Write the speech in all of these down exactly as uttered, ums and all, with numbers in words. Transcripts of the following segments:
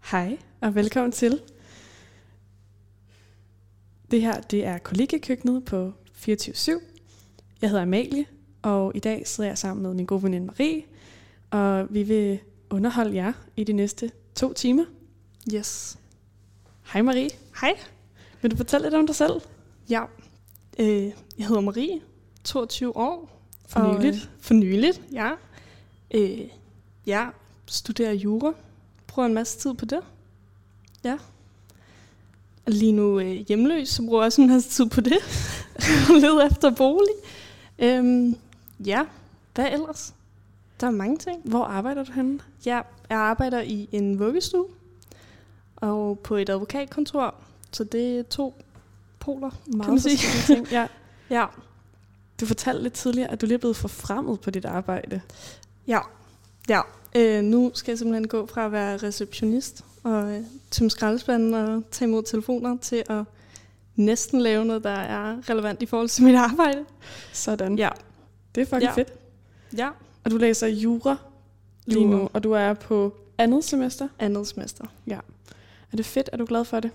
Hej og velkommen til. Det her det er kollegiekøkkenet på fireogtyve syv. Jeg hedder Amalie, og i dag sidder jeg sammen med min gode veninde Marie, og vi vil underholde jer i de næste to timer. Yes. Hej Marie. Hej. Vil du fortælle lidt om dig selv? Ja. Øh, jeg hedder Marie, toogtyve år. For nyligt. Og, øh, for nyligt, ja. Øh, jeg studerer jura. Bruger en masse tid på det. Ja. Og lige nu øh, hjemløs, så bruger jeg også en masse tid på det. Og leder efter bolig. Øhm, ja, hvad ellers? Der er mange ting. Hvor arbejder du henne? Ja, jeg arbejder i en vuggestue. Og på et advokatkontor. Så det er to poler, Meget kan man sige. ting. Ja. Ja. Du fortalte lidt tidligere, at du lige er blevet forfremmet på dit arbejde. Ja, ja. Øh, nu skal jeg simpelthen gå fra at være receptionist og øh, tømme skraldespanden og tage imod telefoner til at næsten lave noget, der er relevant i forhold til mit arbejde. Sådan. Ja. Det er fucking Ja. fedt. Ja. Og du læser jura lige Jura. nu, og du er på andet semester. Andet semester. Ja. Er det fedt? Er du glad for det?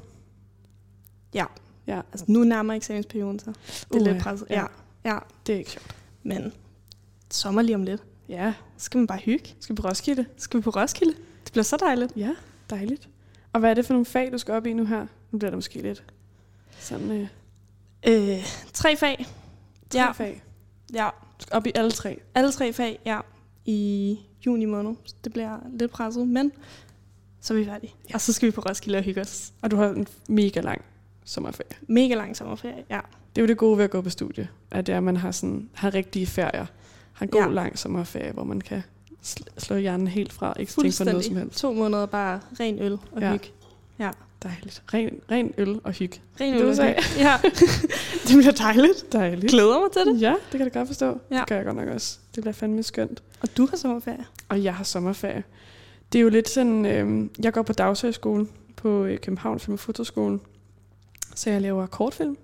Ja. Ja. Altså nu nærmer eksamensperioden så. Det er Uh, lidt presset. ja. Ja. Ja. Det er ikke sjovt. Men sommer lige om lidt. Ja. Så skal man bare hygge. Skal vi på Roskilde? Skal vi på Roskilde? Det bliver så dejligt. Ja, dejligt. Og hvad er det for nogle fag, du skal op i nu her? Nu bliver det måske lidt sådan øh, Øh, tre fag. tre Ja. fag. Ja. Du skal op i alle tre. Alle tre fag, ja. I juni måned. Det bliver lidt presset, men så er vi færdige. Ja. Og så skal vi på Roskilde og hygge os. Og du har en mega lang sommerferie. Mega lang sommerferie, ja. Det er jo det gode ved at gå på studie, at det er, at man har, sådan, har rigtige ferier. Har en god Ja. lang sommerferie, hvor man kan sl- slå hjernen helt fra. Ikke tænke på noget som helst. To måneder bare ren øl og Ja. hygge. Ja. Dejligt. Ren, ren øl og hygge. Ren Det øl du og sagde. hygge. Ja. Det bliver dejligt. Dejligt. Glæder mig til det. Ja, det kan jeg da godt forstå. Ja. Det gør jeg godt nok også. Det bliver fandme skønt. Og du har sommerferie. Og jeg har sommerferie. Det er jo lidt sådan, øh, jeg går på dagshøjskole på øh, København Film- og Fotoskolen, så jeg laver kortfilm.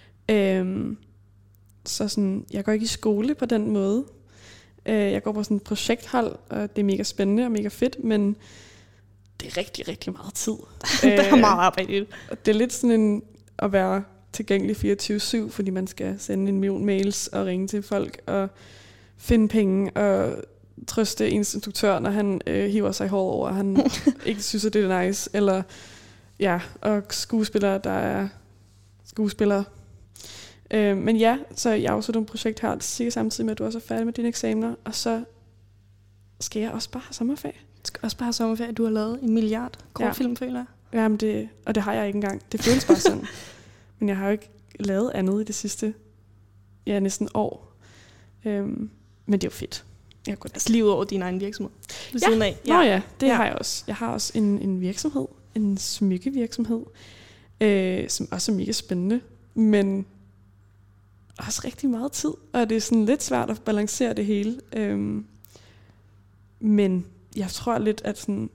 Øh, så sådan, jeg går ikke i skole på den måde. Øh, jeg går på sådan et projekthold, og det er mega spændende og mega fedt, men det er rigtig, rigtig meget tid. Der er meget arbejde i det. Og det er lidt sådan en, at være tilgængelig fireogtyve syv, fordi man skal sende en million mails og ringe til folk og finde penge og trøste ens instruktør, når han øh, hiver sig i håret over, at han ikke synes, at det er nice. Eller ja, og skuespillere, der er skuespillere. Øh, men ja, så jeg afslutter et projekt her, cirka samtidig med, at du også er færdig med dine eksamener, og så skal jeg også bare have sommerferie. Du skal også bare have sommerferie. Du har lavet en milliard kortfilm, ja. Føler jeg. Jamen det, og det har jeg ikke engang. Det føles bare sådan. Men jeg har jo ikke lavet andet i det sidste, ja, næsten år. Øhm, men det er jo fedt. Jeg kunne Altså lige ud over din egen virksomhed. Ved Ja. siden af. Nå ja, det Ja. har jeg også. Jeg har også en, en virksomhed, en smykkevirksomhed, øh, som også er mega spændende, men også rigtig meget tid, og det er sådan lidt svært at balancere det hele. Øhm, men jeg tror lidt, at sådan,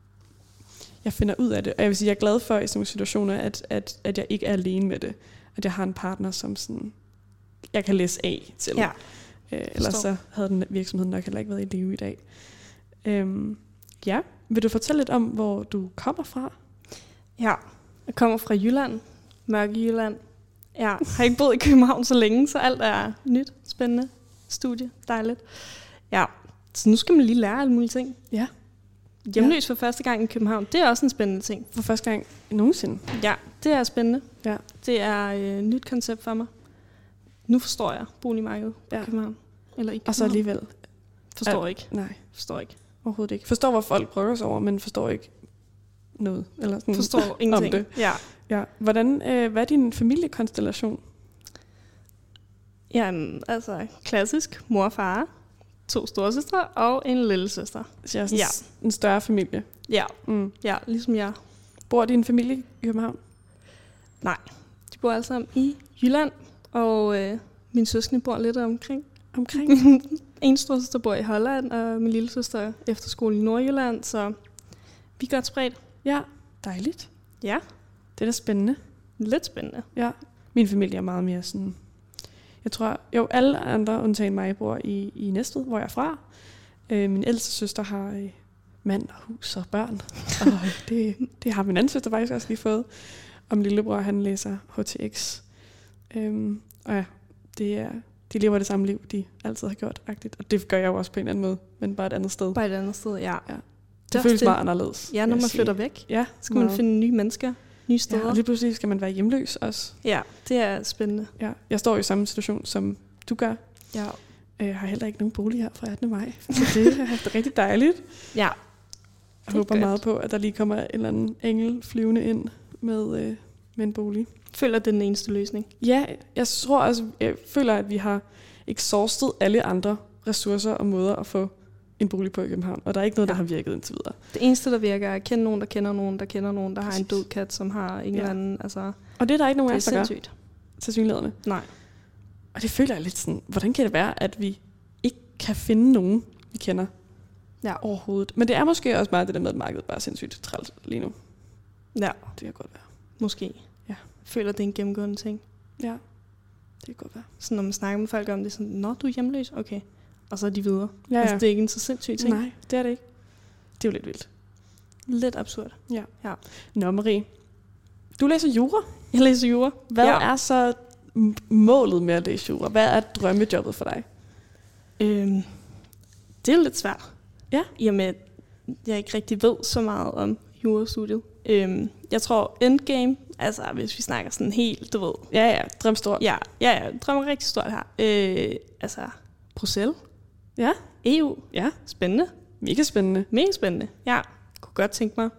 jeg finder ud af det, og jeg vil sige, jeg er glad for i sådan nogle situationer, at, at, at jeg ikke er alene med det, at jeg har en partner, som sådan, jeg kan læse af til. Ja. Øh, ellers så havde den virksomhed nok heller ikke været i live i dag. Øhm, ja, vil du fortælle lidt om, hvor du kommer fra? Ja, jeg kommer fra Jylland, mørke Jylland. Jeg har ikke boet i København så længe, så alt er nyt, spændende, studie, dejligt. Ja, så nu skal man lige lære alle mulige ting. Ja. Hjemløs for første gang i København, det er også en spændende ting. For første gang nogensinde. Ja, det er spændende. Ja. Det er et øh, nyt koncept for mig. Nu forstår jeg boligmarkedet på Ja. København. Eller ikke Og så alligevel. Forstår Al- ikke. Nej, Forstår ikke. overhovedet ikke. Forstår, hvor folk brokker sig over, men forstår ikke noget. Eller sådan Forstår ingenting. det. Ja. Ja. Hvordan, øh, hvad er din familiekonstellation? Jamen, altså klassisk mor og far, to storesøstre og en lille søster. Så jeg er sådan Ja. s- en større familie. Ja, Mm. ja, ligesom jeg. Bor din familie i København? Nej, de bor alle sammen i Jylland, og øh, min søskende bor lidt omkring. Omkring? En storesøster bor i Holland, og min lille søster efterskole i Nordjylland, så vi er godt spredt. Ja, dejligt. Ja, Det er da spændende. lidt spændende. Ja. Min familie er meget mere sådan... Jeg tror, jo, alle andre undtagen mig bor i, i Næstved, hvor jeg er fra. Øh, min ældste søster har øh, mand og hus og børn. Og det, det har min anden søster faktisk også lige fået. Og min lillebror, han læser H T X. Øhm, og ja, det er, de lever det samme liv, de altid har gjort. Agtigt. Og det gør jeg jo også på en eller anden måde, men bare et andet sted. Bare et andet sted, ja. ja. Det, det føles meget anderledes. Ja, når man flytter væk. Ja, så skal man finde nye mennesker, nye steder. Ja, og lige pludselig skal man være hjemløs også. Ja, det er spændende. Ja, jeg står i samme situation, som du gør. Ja. Jeg har heller ikke nogen bolig her fra attende maj. Så det er rigtig dejligt. Ja. Jeg håber godt. meget på, at der lige kommer en eller anden engel flyvende ind med, øh, med en bolig. Føler det er den eneste løsning? Ja, jeg tror også, jeg føler, at vi har exhaustet alle andre ressourcer og måder at få en bolig på i København. Og der er ikke noget, ja. der har virket indtil videre. Det eneste, der virker, er at kende nogen, der kender nogen, der kender nogen, der har en død kat, som har en ja. eller anden... Altså, og det er der ikke nogen af os, der gør. Det er sindssygt. Tilsyneladende. Nej. Og det føler jeg lidt sådan, hvordan kan det være, at vi ikke kan finde nogen, vi kender ja. overhovedet? Men det er måske også bare det der med, at markedet bare er sindssygt træls lige nu. Ja. Det kan godt være. Måske. Ja. Jeg føler, det er en gennemgående ting. Ja, det kan godt være. Så når man snakker med folk om det, sådan, nå, du er hjemløs? Okay. Og så er de videre. Ja, ja. Altså, det er ikke en så sindssyg ting. Nej, det er det ikke. Det er jo lidt vildt. Lidt absurd. Ja. ja. Nå, Marie. Du læser jura. Jeg læser jura. Hvad ja. er så målet med at læse jura? Hvad er drømmejobbet for dig? Øhm, det er lidt svært. Ja. I og med, at jeg ikke rigtig ved så meget om jurastudiet. Øhm, jeg tror endgame, altså hvis vi snakker sådan helt, du ved. Ja, ja, drøm stort. Ja, ja, ja, drømmer rigtig stort her. Øh, altså, Bruxelles. Ja. E U. Ja. Spændende. Mega spændende. Mega spændende, ja. Kunne godt tænke mig.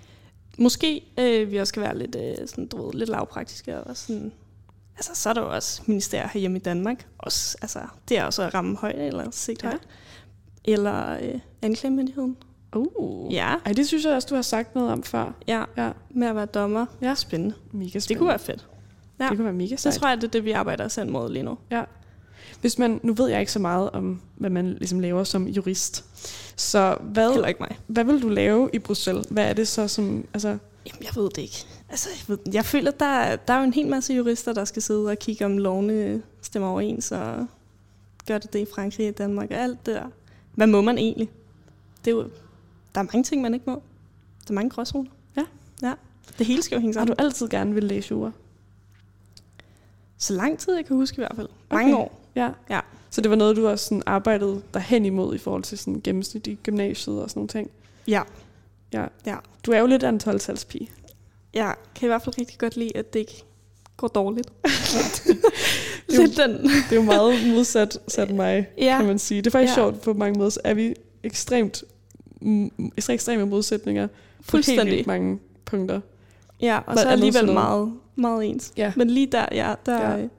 Måske øh, vi også skal være lidt, øh, sådan, du ved, lidt lavpraktiske og sådan. Altså, så er der jo også ministerier herhjemme i Danmark. Også, altså, det er også at ramme højt eller sigt højt. Ja. Eller øh, anklagemyndigheden. Uh. Ja. Ej, det synes jeg også, du har sagt noget om før. Ja, ja. Med at være dommer. Ja. Spændende. Mega spændende. Det kunne være fedt. Ja. Det kunne være mega sejt. Så tror jeg, det er det, vi arbejder os hen mod lige nu. Ja. Hvis man, nu ved jeg ikke så meget om, hvad man ligesom laver som jurist. Så hvad, Heller ikke mig. Hvad vil du lave i Bruxelles? Hvad er det så som... Altså Jamen, jeg ved det ikke. Altså, jeg, ved, jeg føler, at der, der er jo en hel masse jurister, der skal sidde og kigge om lovene stemmer overens, og gør det det i Frankrig og Danmark og alt det der. Hvad må man egentlig? Det er jo, der er mange ting, man ikke må. Der er mange gråzoner. Ja. Ja. Det hele skal jo hænge sammen. Har du altid gerne vil læse jura? Så lang tid, jeg kan huske i hvert fald. Mange okay. år. Ja. Ja. Så det var noget, du også sådan arbejdede dig hen imod i forhold til sådan gennemsnit i gymnasiet og sådan nogle ting? Ja. Ja. Ja. Du er jo lidt af en tolv-talspige. Jeg kan i hvert fald rigtig godt lide, at det ikke går dårligt. det, er jo, den. det er jo meget modsat sat mig, ja. Kan man sige. Det er faktisk ja. sjovt på mange måder, så er vi ekstremt ekstreme modsætninger på helt vildt mange punkter. Ja, og så alligevel meget, meget ens. Ja. Men lige der, ja, der... Ja.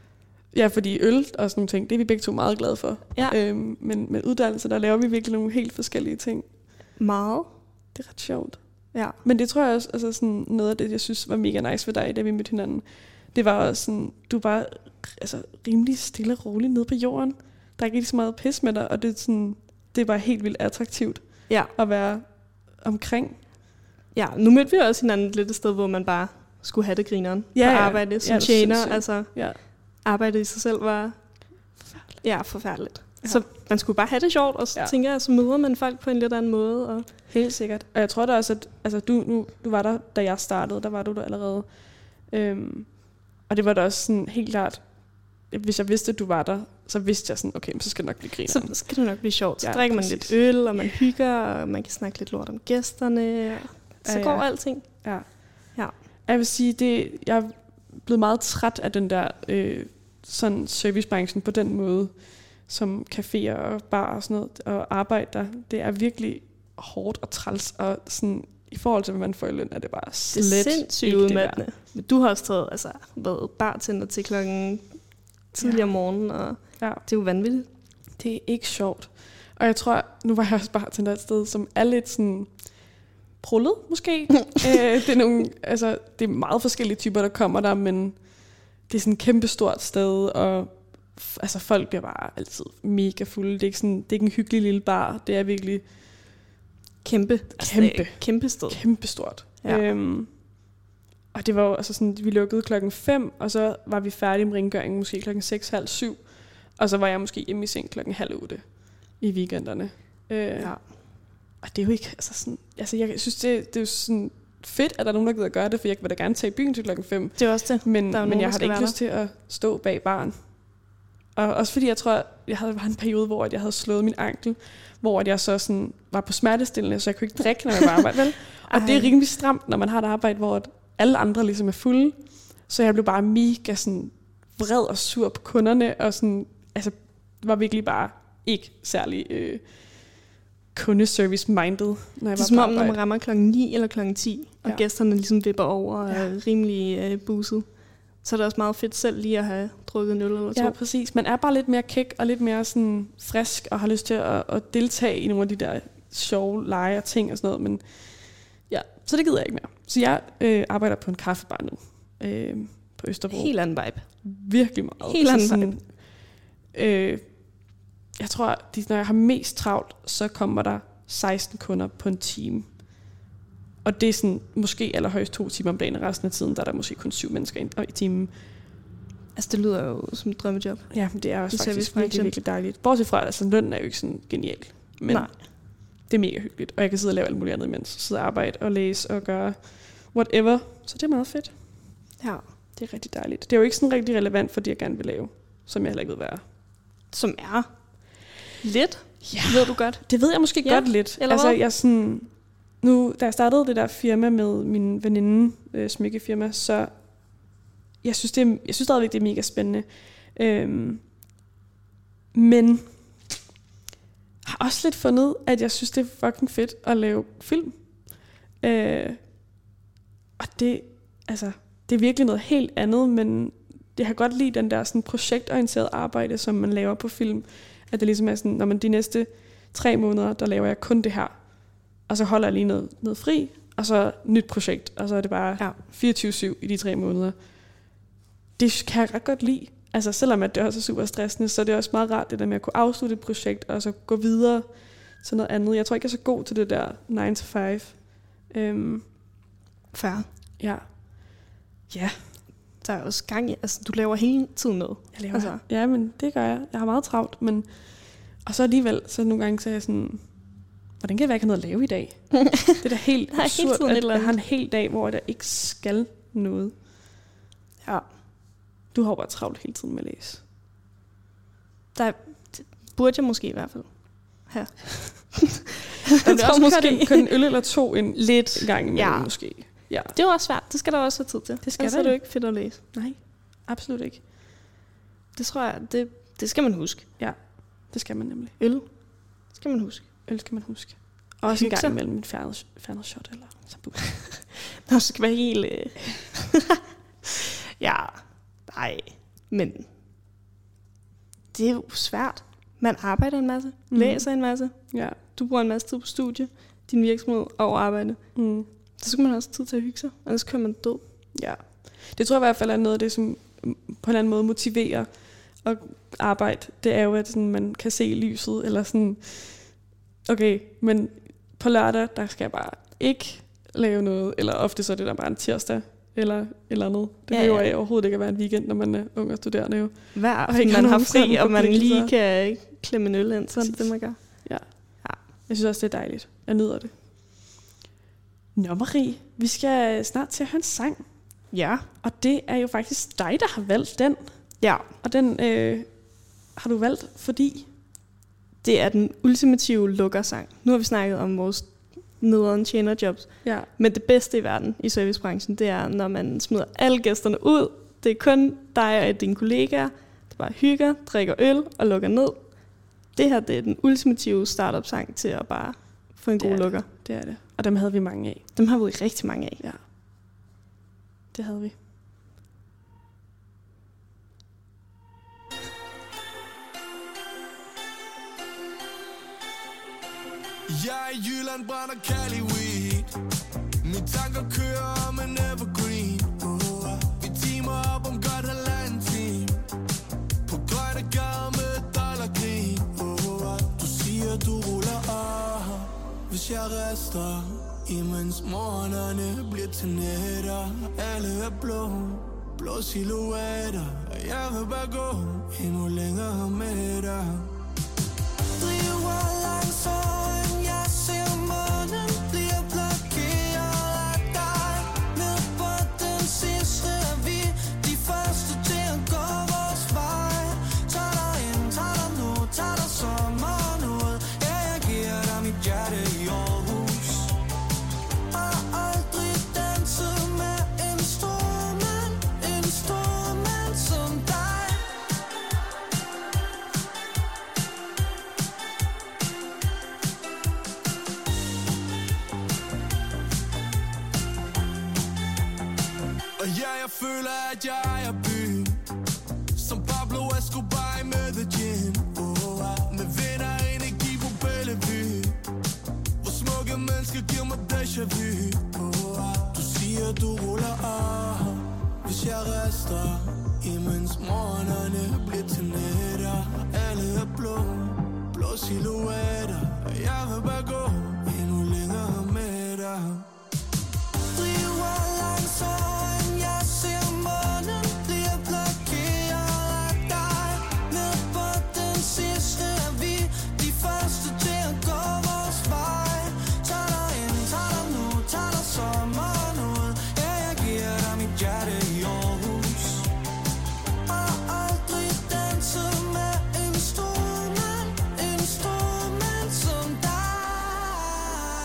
Ja, fordi øl og sådan nogle ting, det er vi begge to meget glade for. Ja. Øhm, men med uddannelse, der laver vi virkelig nogle helt forskellige ting. Meget. Det er ret sjovt. Ja. Men det tror jeg også, altså sådan noget af det, jeg synes var mega nice ved dig, da vi mødte hinanden. Det var også sådan, du er bare altså, rimelig stille og rolig nede på jorden. Der er ikke så meget pis med dig, og det er, sådan, det er bare helt vildt attraktivt ja. At være omkring. Ja, nu mødte vi også hinanden lidt et sted, hvor man bare skulle have det grineren. Ja, og ja. arbejde som ja, tjener. Altså, ja. Arbejdet i sig selv var forfærdeligt. Ja, forfærdeligt. Ja. Så man skulle bare have det sjovt, og så ja. tænker jeg, så møder man folk på en lidt anden måde. Og helt sikkert. Og jeg tror da også, at altså, du, nu, du var der, da jeg startede, der var du der allerede. Øhm, og det var da også sådan helt klart, hvis jeg vidste, at du var der, så vidste jeg sådan, okay, så skal det nok blive grineren. Så skal det nok blive sjovt. Så ja, drikker man præcis. lidt øl, og man hygger, og man kan snakke lidt lort om gæsterne. Så ja, går ja. alting. Ja. Ja. Jeg vil sige, det, jeg er blevet meget træt af den der øh, sådan servicebranchen på den måde, som caféer og bar og sådan noget, og arbejde der. Det er virkelig hårdt og træls, og sådan, i forhold til, hvad man får i løn, er det bare slet det er sindssygt udmattende. Men du har også taget, altså, været bartender til klokken tidligere ja. om morgenen, og ja. det er jo vanvittigt. Det er ikke sjovt. Og jeg tror, nu var jeg også bartender et sted, som er lidt sådan prullet, måske. Æ, det, er nogle, altså, det er meget forskellige typer, der kommer der, men det er sådan et kæmpestort sted, og f- altså, folk bliver bare altid mega fulde. Det er ikke, sådan, det er ikke en hyggelig lille bar, det er virkelig kæmpe, kæmpe, kæmpe sted. Kæmpe stort. Ja. Øhm, og det var jo altså sådan, vi lukkede klokken fem, og så var vi færdige med rengøringen måske klokken seks, halv syv, og så var jeg måske hjemme i seng klokken halv otte i weekenderne. Øh, ja. Og det er jo ikke, altså sådan, altså jeg synes, det, det er jo sådan fedt, at der er nogen, der gider gøre det, for jeg vil da gerne tage i byen til klokken fem. Det er også det. Men, men nogen, jeg har da ikke lyst til at stå bag baren. Og også fordi jeg tror, jeg havde bare en periode, hvor jeg havde slået min ankel, hvor jeg så sådan var på smertestillende, så jeg kunne ikke drikke, når jeg var på arbejde, vel? Og det er rimelig stramt, når man har et arbejde, hvor alle andre ligesom er fulde. Så jeg blev bare mega sådan vred og sur på kunderne, og sådan, altså, var virkelig bare ikke særlig øh, kundeservice-minded, når jeg var Det er som på om, arbejde. når man rammer klokken ni eller klokken ti, og Ja. gæsterne ligesom vipper over og Ja. er rimelig øh, buset, så er det også meget fedt selv lige at have drukket en øl eller to. Ja, præcis. Man er bare lidt mere kæk og lidt mere sådan frisk, og har lyst til at, at deltage i nogle af de der sjove lege og ting og sådan noget, men ja, så det gider jeg ikke mere. Så jeg øh, arbejder på en kaffebar nu, øh, på Østerbro. Helt anden vibe. Virkelig meget. Helt Så anden sådan, øh, jeg tror, at når jeg har mest travlt, så kommer der seksten kunder på en time. Og det er sådan, måske allerhøjst to timer om dagen, og resten af tiden, der er der måske kun syv mennesker i, i timen. Altså, det lyder jo som et drømmejob. Ja, men det er også I faktisk virkelig, servicebranchen. virkelig dejligt. Bortset fra, at altså, lønnen er jo ikke sådan genial. Men Nej. det er mega hyggeligt. Og jeg kan sidde og lave alt muligt andet imens. Sidde og arbejde og læse og gøre whatever. Så det er meget fedt. Ja. Det er rigtig dejligt. Det er jo ikke sådan rigtig relevant for det, jeg gerne vil lave. Som jeg heller ikke ved, hvad er. Som er lidt, Ja. ved du godt. Det ved jeg måske Ja, godt lidt. eller altså, hvad? jeg sådan, nu, da jeg startede det der firma med min veninde, øh, smykkefirma, så jeg synes, det er, jeg synes stadigvæk, det er mega spændende. Øhm, men har også lidt fundet, at jeg synes, det er fucking fedt at lave film. Øh, og det, altså, det er virkelig noget helt andet, men jeg har godt lide den der sådan projektorienterede arbejde, som man laver på film. At det ligesom er sådan, når man de næste tre måneder, der laver jeg kun det her. Og så holder jeg lige noget, noget fri, og så nyt projekt. Og så er det bare Ja. fireogtyve syv i de tre måneder. Det kan jeg ret godt lide. Altså selvom at det også er super stressende, så er det også meget rart det der med at kunne afslutte et projekt, og så gå videre til noget andet. Jeg tror ikke, jeg er så god til det der nine to five. Øhm, Fair. ja. Ja, Der er også gang i, altså du laver hele tiden noget. jeg laver. Altså. Altså. Ja, men det gør jeg. Jeg har meget travlt, men og så alligevel, så nogle gange så er jeg sådan, hvordan kan jeg ikke have noget at lave i dag? Det er da helt Der er hele absurd, tiden et at eller jeg har en andet. hel dag, hvor jeg ikke skal noget. Ja. Du har jo bare travlt hele tiden med at læse. Der det burde jeg måske i hvert fald. Her. Der bliver også måske. måske en, en øl eller to en Lidt. gang imellem, Ja. måske. Ja. Det er jo også svært. Det skal der også have tid til. Det skal Ellers der er det jo jo. ikke fedt at læse. Nej, absolut ikke. Det tror jeg, det, det skal man huske. Det skal man nemlig. Øl. Det skal man huske. Øl skal man huske. Og også en Hygge gang sig. imellem en færdig, færdig shot eller sambu. Nå, så skal være helt... Øh... ja, nej. Men det er jo svært. Man arbejder en masse. Mm. Læser en masse. Ja. Du bruger en masse tid på studie. Din virksomhed og arbejde. Mm. Så skal man også have tid til at hygge sig. Ellers kører man død. Ja. Det tror jeg i hvert fald er noget af det, som på en eller anden måde motiverer at arbejde. Det er jo, at sådan, man kan se lyset, eller sådan, okay, men på lørdag, der skal jeg bare ikke lave noget, eller ofte så er det der bare en tirsdag, eller et eller andet. Det Ja, behøver ja. ja, overhovedet ikke at være en weekend, når man er ung og studerende jo. Hver Og aften, ikke man har har nogen fri, sådan og man lige forpligtelser. kan klemme en øl ind, så er det det, man gør. Jeg synes også, det er dejligt. Jeg nyder det. Nå Marie, vi skal snart til at høre en sang, Ja. og det er jo faktisk dig, der har valgt den. Ja. Og den øh, har du valgt, fordi... Det er den ultimative lukkersang. Nu har vi snakket om vores nederen tjenerjobs. Ja, Men det bedste i verden i servicebranchen, det er, når man smider alle gæsterne ud. Det er kun dig og dine kollegaer, der bare hygger, drikker øl og lukker ned. Det her, det er den ultimative startup-sang til at bare få en Det god er det. lukker. det er det. Og dem havde vi mange af. Dem har vi rigtig mange af. Ja, det havde vi. Jeg er i Jylland, brænder Cali weed. Mine tanker kører om en evergreen. uh, Vi timer op om godt halvanden time. På grønne gader med dollargrin. uh, Du siger du ruller af, hvis jeg rester. Imens morgenerne bliver til nætter. Alle er blå, blå silhuetter. Og jeg vil bare gå endnu længere med dig. Driver langsomt, jeg ser mig Ja, jeg føler, at jeg ejer byen. Som Pablo Escobar i Medellin. Oh, med venner og energi på Bellevue. Hvor smukke mennesker giver mig déjà vu. Oh, du siger, du ruller af, hvis jeg rester. Imens morgenerne bliver til nætter. Alle er blå, blå silhuetter. Og jeg vil bare gå endnu længere med dig. Driver langsomt, end jeg ser månen. Bliver blokeret af dig. Ned på den sidste er vi de første til at gå vores vej. Tag dig ind, tag dig nu, tag dig sommeren ud. Ja, jeg giver dig mit hjerte i Aarhus. Og aldrig danse med en stor mand, en stor mand som dig.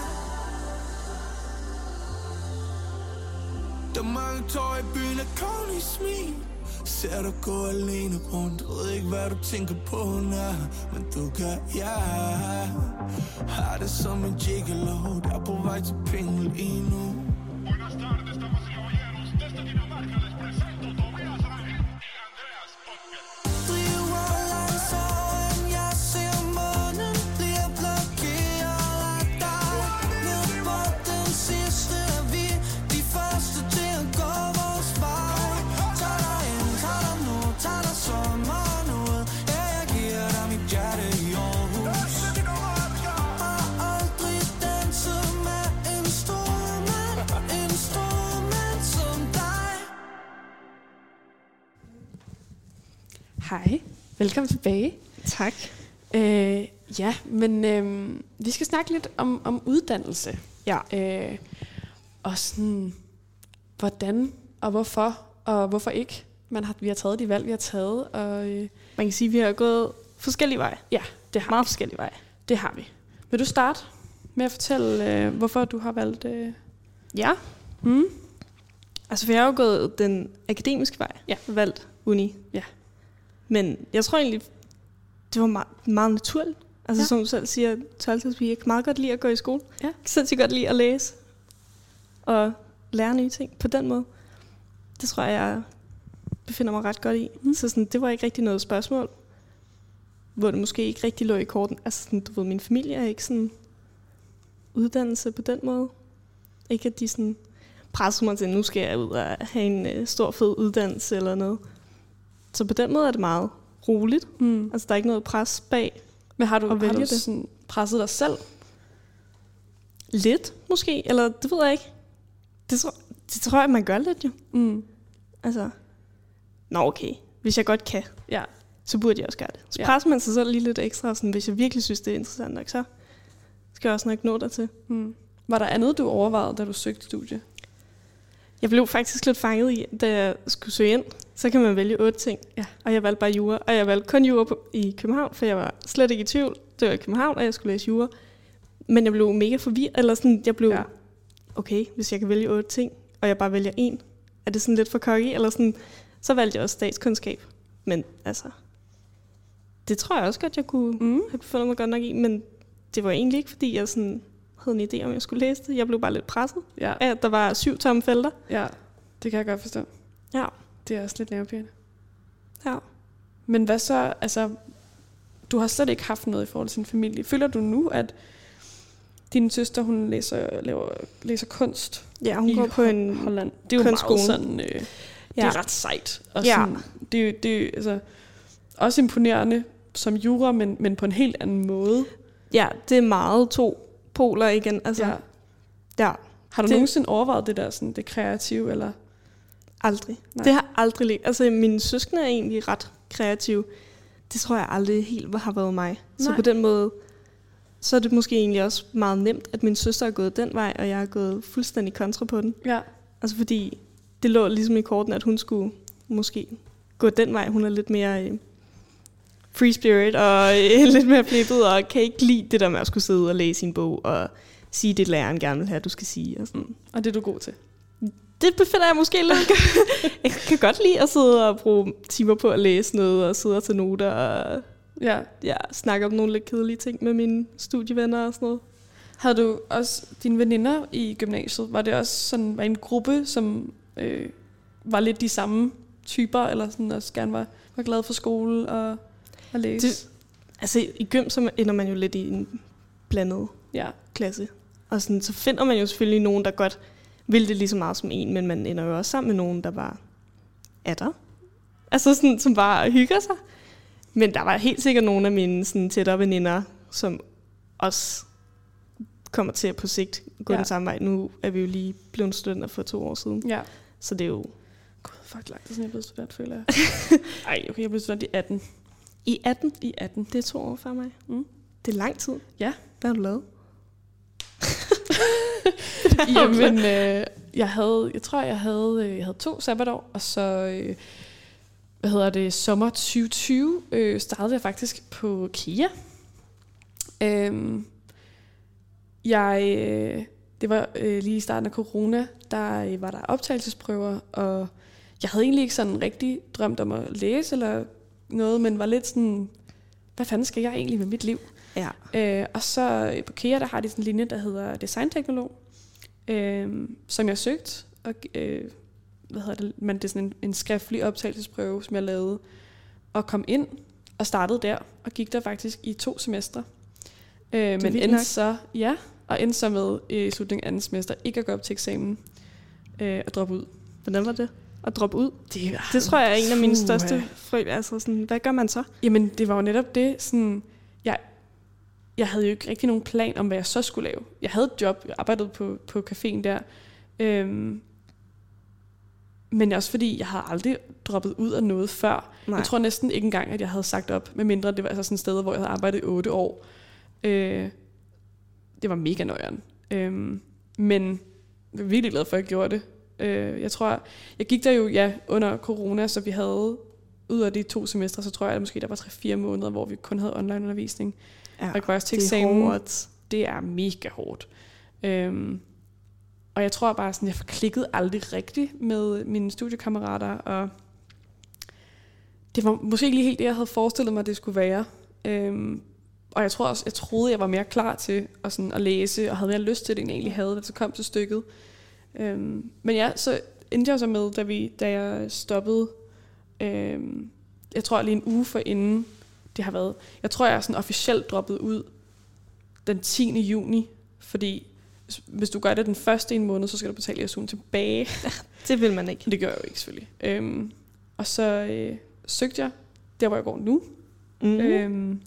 Der er mange tår i byen af konge smil. Ser dig gå alene rundt. Ved ikke hvad du tænker på, nej. Men du kan, ja. Har det som en gigolo. Der er på vej til penge lige nu. Buenas tardes, damas y caballeros. Desde Dinamarca les presento Tobias Rangel y Andreas Ottger. Driver langsomt, end jeg ser månen. Bliver blokeret af dig. Ned på den sidste er vi de første til at gå vores vej. Tag dig ind, tag dig nu, tag dig sommeren ud. Ja, jeg giver dig mit hjerte i Aarhus. Og aldrig danse med en stor mand, en stor mand som dig. Hej, velkommen tilbage. Tak. Øh, ja, men øh, vi skal snakke lidt om, om uddannelse. Ja. Øh, og sådan, hvordan og hvorfor, og hvorfor ikke. Man har, vi har taget de valg, vi har taget. Og, øh, Man kan sige, at vi har gået forskellige veje. ja, det har, Meget forskellige veje. det har vi. Vil du starte med at fortælle, øh, hvorfor du har valgt... Øh, Ja. mm? Altså, for jeg har jo gået den akademiske vej. Ja. Valgt uni. Ja. Men jeg tror egentlig, det var meget, meget naturligt. Altså, Ja. som du selv siger, tolv-talspige, jeg kan meget godt lide at gå i skole. Ja. Jeg kan sindssygt godt lide at læse. Og lære nye ting på den måde. Det tror jeg, jeg befinder mig ret godt i. Mm. Så sådan, det var ikke rigtig noget spørgsmål. Hvor det måske ikke rigtig lå i korten. Altså, sådan, du ved, min familie er ikke sådan uddannelse på den måde. Ikke at de sådan presser mig til, nu skal jeg ud og have en øh, stor fed uddannelse eller noget. Så på den måde er det meget roligt. Mm. Altså, der er ikke noget pres bag. Men har du, Og har vælge du det. sådan presset dig selv? Lidt, måske. Eller det ved jeg ikke. Det tror, det tror jeg, man gør lidt jo. Mm. Altså, nå okay, hvis jeg godt kan, Ja. så burde jeg også gøre det. Så Ja. presser man sig selv lige lidt ekstra, sådan, hvis jeg virkelig synes, det er interessant nok, så skal jeg også nok nå dertil. Mm. Var der andet, du overvejede, da du søgte studie? Jeg blev faktisk lidt fanget i, da jeg skulle søge ind, så kan man vælge otte ting. Ja. Og jeg valgte bare jura, og jeg valgte kun jura på, i København, for jeg var slet ikke i tvivl. Det var i København, og jeg skulle læse jura. Men jeg blev mega forvirret, eller sådan, jeg blev, Ja. ja. okay, hvis jeg kan vælge otte ting, og jeg bare vælger en, er det sådan lidt for cocky, eller sådan, så valgte jeg også statskundskab. Men altså, det tror jeg også godt, jeg kunne Mm. have befundet mig godt nok i, men det var egentlig ikke, fordi jeg sådan havde en idé om, jeg skulle læse det. Jeg blev bare lidt presset Ja. af, at der var syv tomme felter. Ja, det kan jeg godt forstå. Ja. Det er også lidt nervepirrende. Ja. Men hvad så, altså, du har slet ikke haft noget i forhold til din familie. Føler du nu, at din søster, hun læser, laver, læser kunst Ja, hun i går på en Holland? Det er jo kunstskole. meget sådan, øh, det Ja. er ret sejt. Og Ja. sådan, det, er jo- det er jo, altså, også imponerende som jura, men, men på en helt anden måde. Ja, det er meget to poler igen. Altså, Ja. ja. ja. Har du Det- nogensinde overvejet det der, sådan, det kreative, eller? Aldrig. Nej. Det har aldrig ligget. Altså, mine søskende er egentlig ret kreative. Det tror jeg aldrig helt har været mig. Så Nej. på den måde, så er det måske egentlig også meget nemt, at min søster er gået den vej, og jeg er gået fuldstændig kontra på den. Ja. Altså fordi det lå ligesom i korten, at hun skulle måske gå den vej. Hun er lidt mere øh, free spirit og øh, lidt mere flippet, og kan ikke lide det der med at skulle sidde og læse sin bog og sige det, læreren gerne vil have, du skal sige. Og sådan. Og det er du god til. Det befinder jeg måske lidt. Jeg kan godt lide at sidde og bruge timer på at læse noget, og sidde og tage noter, og Ja. ja, snakke om nogle lidt kedelige ting med mine studievenner og sådan noget. Havde du også dine veninder i gymnasiet? Var det også sådan, var I en gruppe, som øh, var lidt de samme typer, eller sådan også gerne var, var glad for skole og, og læse. Det, altså i gym, så ender man jo lidt i en blandet Ja. klasse. Og sådan, så finder man jo selvfølgelig nogen, der godt vil det lige så meget som en, men man ender jo også sammen med nogen, der bare er der. Altså sådan, som bare hygger sig. Men der var helt sikkert nogle af mine sådan, tættere veninder, som også kommer til at på sigt gå Ja. den samme vej. Nu er vi jo lige blevet studenter for to år siden. Ja. Så det er jo... Gud, fuck langt siden jeg blev student, føler jeg. Ej, okay, jeg blev student i atten. I atten? I atten. Det er to år før mig. Mm. Det er lang tid. Ja. Hvad har du lavet? Jamen, øh, jeg havde, jeg tror, jeg havde, øh, jeg havde to sabbatår, og så, øh, hvad hedder det, sommer tyve tyve øh, startede jeg faktisk på KIA. Øhm, jeg, øh, det var øh, lige i starten af corona, der øh, var der optagelsesprøver, og jeg havde egentlig ikke sådan rigtig drømt om at læse eller noget, men var lidt sådan, hvad fanden skal jeg egentlig med mit liv? Ja. Øh, og så øh, på KIA, der har de sådan en linje, der hedder designteknolog, øh, som jeg søgte. Og, øh, hvad hedder det? Men det er sådan en, en skriftlig optagelsesprøve, som jeg lavede. Og kom ind og startede der, og gik der faktisk i to semestre. Øh, men vildt endte nok. så, ja, og endte så med i slutningen af anden semester ikke at gå op til eksamen øh, og droppe ud. Hvordan var det? At droppe ud? Det, Det tror jeg er en af mine Puh, største ja. frø. Altså sådan, hvad gør man så? Jamen, det var jo netop det, sådan, jeg, jeg havde jo ikke rigtig nogen plan om, hvad jeg så skulle lave. Jeg havde et job, jeg arbejdede på, på caféen der, øhm, men også fordi, jeg havde aldrig droppet ud af noget før. Nej. Jeg tror næsten ikke engang, at jeg havde sagt op, medmindre det var altså sådan et sted, hvor jeg havde arbejdet i otte år. Øh, det var mega nøjeren. Øhm, men jeg er virkelig glad for, at jeg gjorde det. Øh, jeg tror, jeg gik der jo ja, under corona, så vi havde ud af de to semestre, så tror jeg, at måske der var tre fire måneder, hvor vi kun havde online undervisning. Ja, Og jeg går også til det er eksamen. hårdt. Det er mega hårdt. Øhm, og jeg tror bare, sådan, jeg klikkede aldrig rigtigt med mine studiekammerater, og det var måske ikke lige helt det, jeg havde forestillet mig, det skulle være. Øhm, og jeg tror også, jeg troede, jeg var mere klar til at, sådan, at læse, og havde mere lyst til det, end jeg egentlig havde, da det så kom til stykket. Øhm, men ja, så endte jeg så med, da, vi, da jeg stoppede, øhm, jeg tror lige en uge for inden det har været, jeg tror, jeg er sådan officielt droppet ud den tiende juni, fordi hvis du gør det den første i en måned, så skal du betale S U'en tilbage. Det vil man ikke. Det gør jeg jo ikke selvfølgelig. Øhm, og så øh, søgte jeg der, hvor jeg går nu. Mm. Øhm,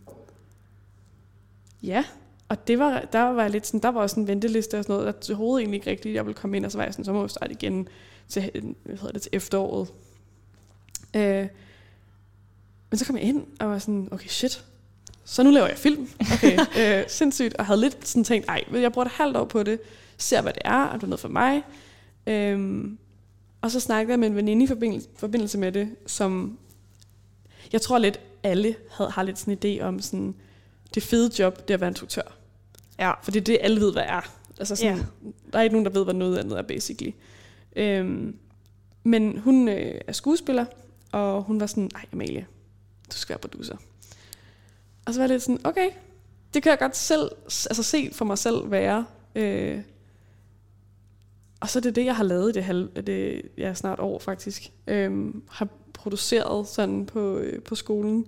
ja, og det var, der var jeg lidt sådan, der var også en venteliste og sådan noget, der til hovedet egentlig ikke rigtigt, jeg ville komme ind, og så var jeg sådan, så må jeg starte igen til, hvad hedder det, til efteråret. Øh, men så kom jeg ind, og var sådan, okay, shit, så nu laver jeg film. Okay, øh, sindssygt, og havde lidt sådan tænkt, ej, jeg bruger et halvt år på det, ser hvad det er, og det er noget for mig. Øhm, og så snakkede jeg med en veninde i forbindelse, forbindelse med det, som jeg tror lidt alle havde, har lidt sådan en idé om sådan, det fede job, det er at være instruktør. Ja. For det er det, alle ved, hvad er. Altså sådan, Ja. der er ikke nogen, der ved, hvad noget andet er, basically. Øhm, men hun øh, er skuespiller, og hun var sådan, ej Amalie, du skal være producer. Og så var jeg lidt sådan, okay, det kan jeg godt selv, altså se for mig selv være. Øh, og så er det det, jeg har lavet i det, halv, det ja, snart år faktisk. Øh, har produceret sådan på, øh, på skolen.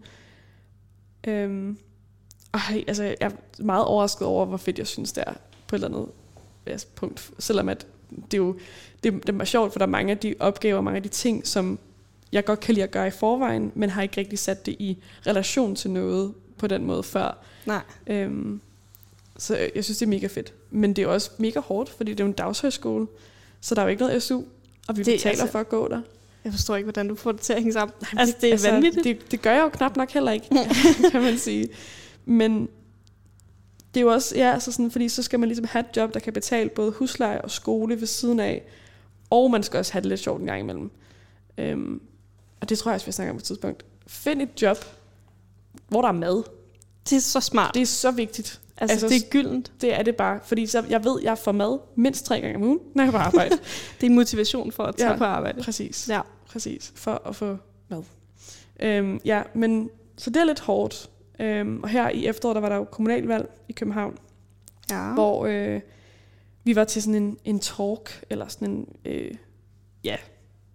Øh, og altså, jeg er meget overrasket over, hvor fedt jeg synes, det er på et eller andet altså, punkt. Selvom at det er jo det, det var sjovt, for der er mange af de opgaver, mange af de ting, som jeg godt kan lide at gøre i forvejen, men har ikke rigtig sat det i relation til noget på den måde før. Nej. Øhm, så jeg synes, det er mega fedt. Men det er også mega hårdt, fordi det er jo en dagshøjskole, så der er jo ikke noget S U, og vi Det er betaler altså- for at gå der. Jeg forstår ikke, hvordan du får det til at hænge sammen. Altså, det er altså, vanvittigt. Det, det gør jeg jo knap nok heller ikke, kan man sige. Men det er jo også, ja, altså sådan, fordi så skal man ligesom have et job, der kan betale både husleje og skole ved siden af, og man skal også have det lidt sjovt en gang imellem. Øhm, og det tror jeg også, vi snakker om på et tidspunkt. Find et job, hvor der er mad. Det er så smart. Det er så vigtigt. altså, altså, det er gyldent. Det er det bare, fordi så jeg ved, jeg får mad mindst tre gange om ugen, når jeg er på arbejde. Det er en motivation for at tage Ja. på arbejde. Præcis. Ja. Præcis, for at få mad. Øhm, ja, men så det er lidt hårdt. Øhm, og her i efteråret, der var der jo kommunalvalg i København, Ja. hvor øh, vi var til sådan en, en talk, eller sådan en, øh, ja,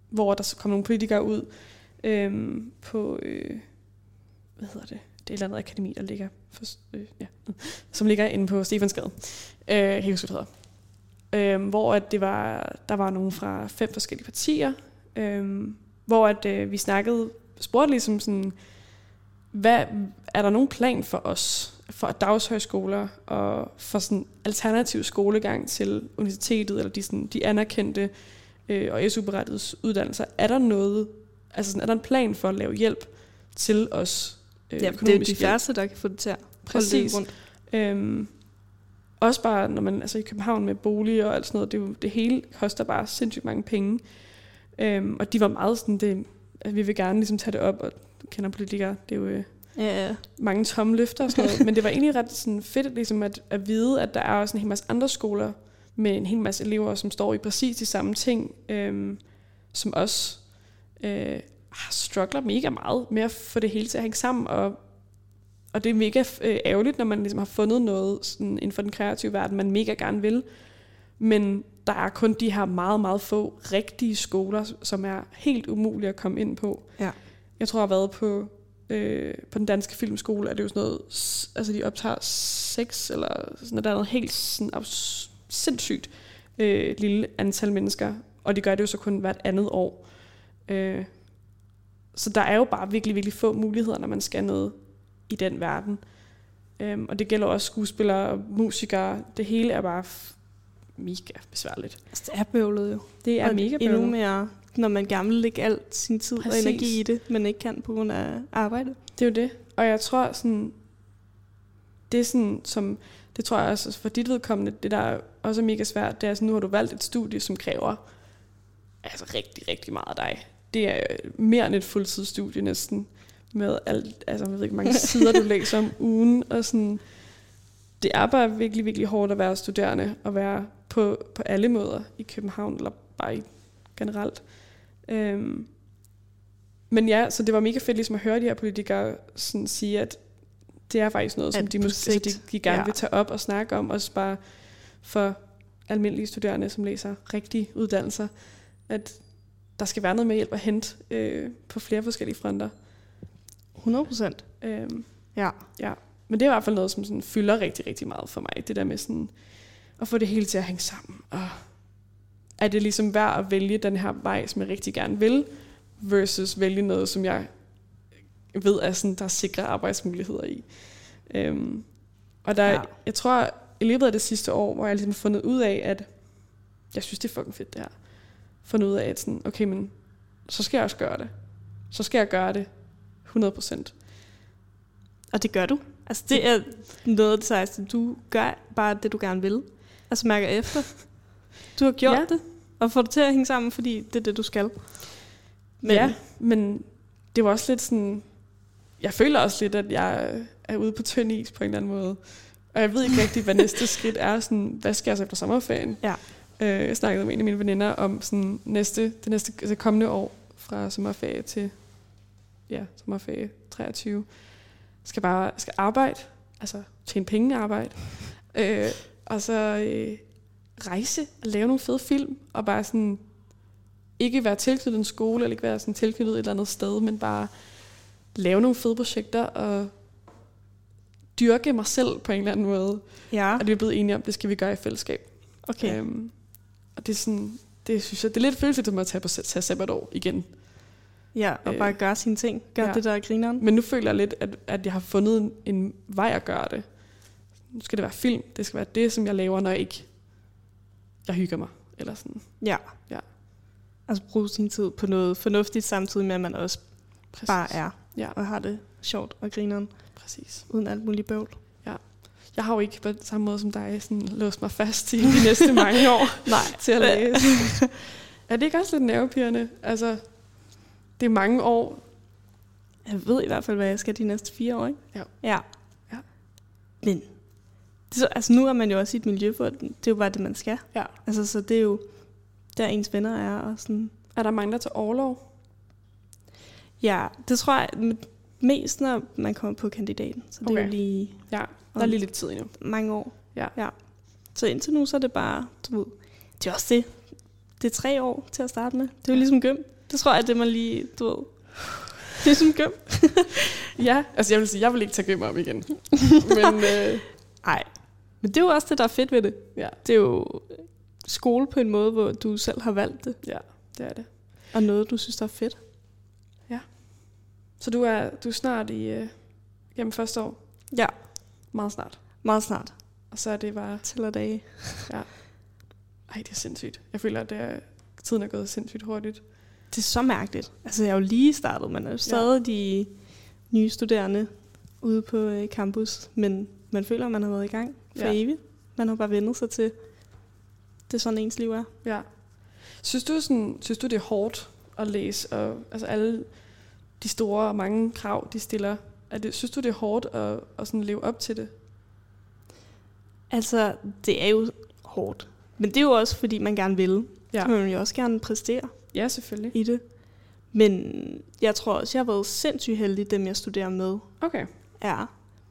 hvor der så kom nogle politikere ud øh, på, øh, hvad hedder det, det er et eller andet akademi, der ligger, for, øh, ja, som ligger inde på Stefansgade, øh, jeg kan ikke huske, hvad det hedder. Øh, hvor at det var, der var nogen fra fem forskellige partier, øh, hvor at, øh, vi snakkede, spurgte ligesom sådan, hvad, er der nogen plan for os, for dagshøjskoler og for sådan alternativ skolegang til universitetet, eller de, sådan, de anerkendte øh, og S U-berettede uddannelser? Er der noget, altså sådan, er der en plan for at lave hjælp til os øh, ja, det er de færreste, der kan få det til at holde det rundt. Øhm, også bare, når man altså i København med bolig og alt sådan noget, det, jo, det hele koster bare sindssygt mange penge. Øhm, og de var meget sådan, det, at vi vil gerne ligesom tage det op, og kender politikere, det er jo... Øh, Ja, ja. mange tomme løfter og sådan noget. Men det var egentlig ret sådan fedt ligesom at, at vide, at der er også en hel masse andre skoler med en hel masse elever, som står i præcis de samme ting, øhm, som også øh, struggler mega meget med at få det hele til at hænge sammen. Og, og det er mega øh, ærgerligt, når man ligesom har fundet noget sådan, inden for den kreative verden, man mega gerne vil. Men der er kun de her meget, meget få rigtige skoler, som er helt umulige at komme ind på. Ja. Jeg tror, jeg har været på... Øh, på den danske filmskole er det jo sådan noget, altså de optager seks, eller sådan der er noget helt sådan abs- sindssygt øh, lille antal mennesker, og de gør det jo så kun hvert andet år. Øh, så der er jo bare virkelig, virkelig få muligheder, når man skal noget i den verden. Øh, og det gælder også skuespillere og musikere. Det hele er bare f- mega besværligt. Altså, det er bøvlet jo. Det er og mega bøvlet. Endnu mere, når man gerne vil lægge alt sin tid Præcis. og energi i det, men ikke kan på grund af arbejde. Det er jo det. Og jeg tror sådan, det er sådan, som, det tror jeg også for dit vedkommende, det der også er mega svært, det er sådan, nu har du valgt et studie, som kræver altså rigtig, rigtig meget af dig. Det er mere end et fuldtidsstudie næsten, med alt, altså jeg ved ikke, hvor mange sider du læser om ugen, og sådan, det er bare virkelig, virkelig hårdt at være studerende, og være på, på alle måder i København, eller bare i, generelt. Øhm, Men ja, så det var mega fedt ligesom at høre de her politikere sådan sige, at det er faktisk noget, som at de, måske, altså, de, de gerne ja. vil tage op og snakke om, også bare for almindelige studerende, som læser rigtige uddannelser, at der skal være noget med hjælp at hente øh, på flere forskellige fronter. hundrede procent. Øhm, ja. ja. Men det er i hvert fald noget, som sådan fylder rigtig, rigtig meget for mig. Det der med sådan at få det hele til at hænge sammen. Og er det ligesom værd at vælge den her vej, som jeg rigtig gerne vil, versus vælge noget, som jeg ved, er sådan, der er sikre arbejdsmuligheder i. Øhm, og der, ja. jeg tror, i løbet af det sidste år, hvor jeg ligesom fundet ud af, at jeg synes, det er fucking fedt det her. Fundet ud af, at sådan, okay, men så skal jeg også gøre det. Så skal jeg gøre det hundrede procent. Og det gør du. Altså det er noget af det sejeste. Du gør bare det, du gerne vil. Altså mærker efter. Du har gjort ja. det, og får det til at hænge sammen, fordi det er det, du skal. Men, ja, men det var også lidt sådan, jeg føler også lidt, at jeg er ude på tynd is på en eller anden måde. Og jeg ved ikke rigtig, hvad næste skridt er. Sådan, hvad skal jeg så efter sommerferien? Ja. Øh, jeg snakkede med en af mine veninder om sådan, næste, det næste det kommende år fra sommerferie til ja, sommerferie treogtyve. Skal bare skal arbejde, altså tjene penge arbejde. øh, og så øh, rejse og lave nogle fede film, og bare sådan ikke være tilknyttet en skole, eller ikke være sådan tilknyttet et eller andet sted, men bare lave nogle fede projekter, og dyrke mig selv på en eller anden måde. Ja. Og det er blevet enige om, det skal vi gøre i fællesskab. Okay. Øhm, og det er sådan, det synes jeg, det er lidt følelseligt som at tage på tage sabbatår igen. Ja, og øh, bare gøre sine ting. Gør ja. det, der er grineren. Men nu føler jeg lidt, at, at jeg har fundet en, en vej at gøre det. Nu skal det være film. Det skal være det, som jeg laver, når jeg ikke jeg hygger mig. Eller sådan. Ja. ja. Altså bruge sin tid på noget fornuftigt, samtidig med, at man også Præcis. bare er. Ja. Og har det sjovt og grineren. Præcis. Uden alt muligt bøvl. Ja. Jeg har jo ikke på samme måde som dig sådan, låst mig fast i de næste mange år Nej. til at læse. Er det ikke også lidt nervepirrende? Altså, det er mange år. Jeg ved i hvert fald, hvad jeg skal de næste fire år, ikke? Ja. Ja. ja. Men det så, altså, nu er man jo også i et miljø, hvor det er jo bare det, man skal. Ja. Altså, så det er jo der ens venner er. Og sådan. Er der mange, der tager orlov? Ja, det tror jeg mest, når man kommer på kandidaten. Så det okay. er jo lige... Ja, der er lige lidt tid endnu. Mange år. Ja. ja. Så indtil nu, så er det bare, du ved, det er også det. Det er tre år til at starte med. Det er jo ja. ligesom gym. Det tror jeg, det man lige, du ved. Det er sådan gym. Ja, altså jeg vil sige, jeg vil ikke tage gym om igen. Men øh, Nej, men det er jo også det, der er fedt ved det. ja, Det er jo skole på en måde, hvor du selv har valgt det. ja, det er det. Og noget, du synes, der er fedt. Så du er, du er snart i øh, gennem første år? Ja, Meget snart. meget snart. Og så er det bare, Tæller dage. ej, det er sindssygt. Jeg føler, at det er, tiden er gået sindssygt hurtigt. Det er så mærkeligt. Altså, jeg er jo lige startet, men er jo stadig ja. de nye studerende ude på øh, campus. Men man føler, at man har været i gang for Ja. evigt. Man har bare vendt sig til, det er sådan ens liv er. Ja. Synes du, sådan, synes du, det er hårdt at læse? Og, altså alle de store og mange krav, de stiller. Er det, synes du, det er hårdt at, at sådan leve op til det? Altså, det er jo hårdt. Men det er jo også, fordi man gerne vil. Ja. Så man vil jo også gerne præstere Ja, selvfølgelig. i det. Men jeg tror også, jeg har været sindssygt heldig, dem jeg studerer med, Okay. er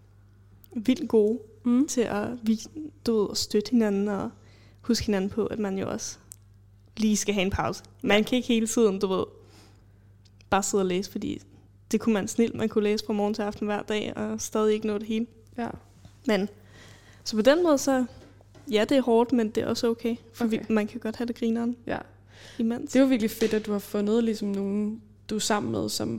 vildt gode Mm. til at, vi, du ved, at støtte hinanden og huske hinanden på, at man jo også lige skal have en pause. Man kan ikke hele tiden, du ved, bare sidde og læse, fordi det kunne man snilt. Man kunne læse fra morgen til aften hver dag, og stadig ikke nå det hele. Ja. Men, så på den måde, så ja, det er hårdt, men det er også okay. For Okay. vi, man kan godt have det grineren Ja. imens. Det er jo virkelig fedt, at du har fundet ligesom nogen, du er sammen med, som,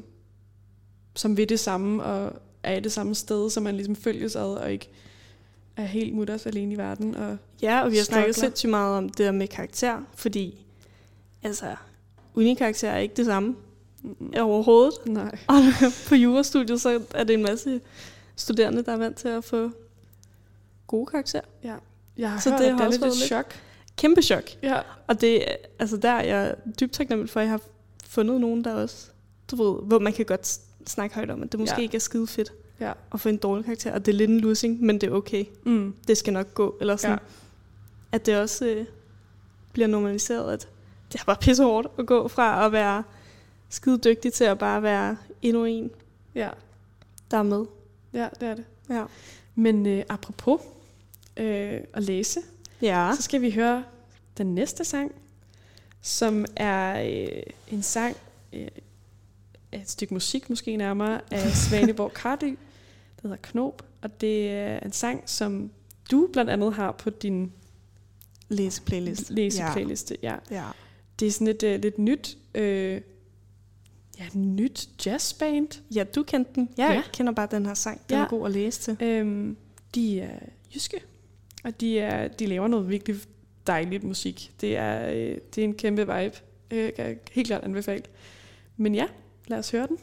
som vil det samme, og er i det samme sted, så man ligesom følges ad, og ikke er helt mutters alene i verden. Og Ja, og vi har snakket struggler. sindssygt meget om det der med karakter, fordi altså, unikarakter er ikke det samme mm, overhovedet. nej. Og på jurastudiet, så er det en masse studerende, der er vant til at få gode karakterer. Ja. Jeg har Så hørt, det at har det er også lidt et været lidt- chok. Kæmpe chok. Ja. Og det er altså der, jeg er dybt taknemmelig for, at jeg har fundet nogen, der også, du ved, hvor man kan godt s- snakke højt om, at det måske Ja. ikke er skide fedt Ja. at få en dårlig karakter, og det er lidt en losing, men det er okay. Mm. Det skal nok gå. Eller sådan, Ja. at det også øh, bliver normaliseret, at det er bare pisse hårdt at gå fra at være skide dygtig til at bare være endnu en, Ja. der er med. Ja, det er det. Ja. Men øh, apropos øh, at læse, Ja. så skal vi høre den næste sang, som er øh, en sang, øh, et stykke musik måske nærmere, af Svaneborg Kardy. Det hedder Knob, og det er en sang, som du blandt andet har på din Læseplaylist. læseplayliste. Ja. Ja. Det er sådan et uh, lidt nyt, øh, ja, nyt jazzband. Ja, du kendte den. Jeg Ja. kender bare den her sang. Den Ja. er god at læse til. Øhm, de er jyske, og de, er, de laver noget virkelig dejligt musik. Det er, øh, det er en kæmpe vibe. Øh, kan jeg helt klart anbefale. Men ja, lad os høre den.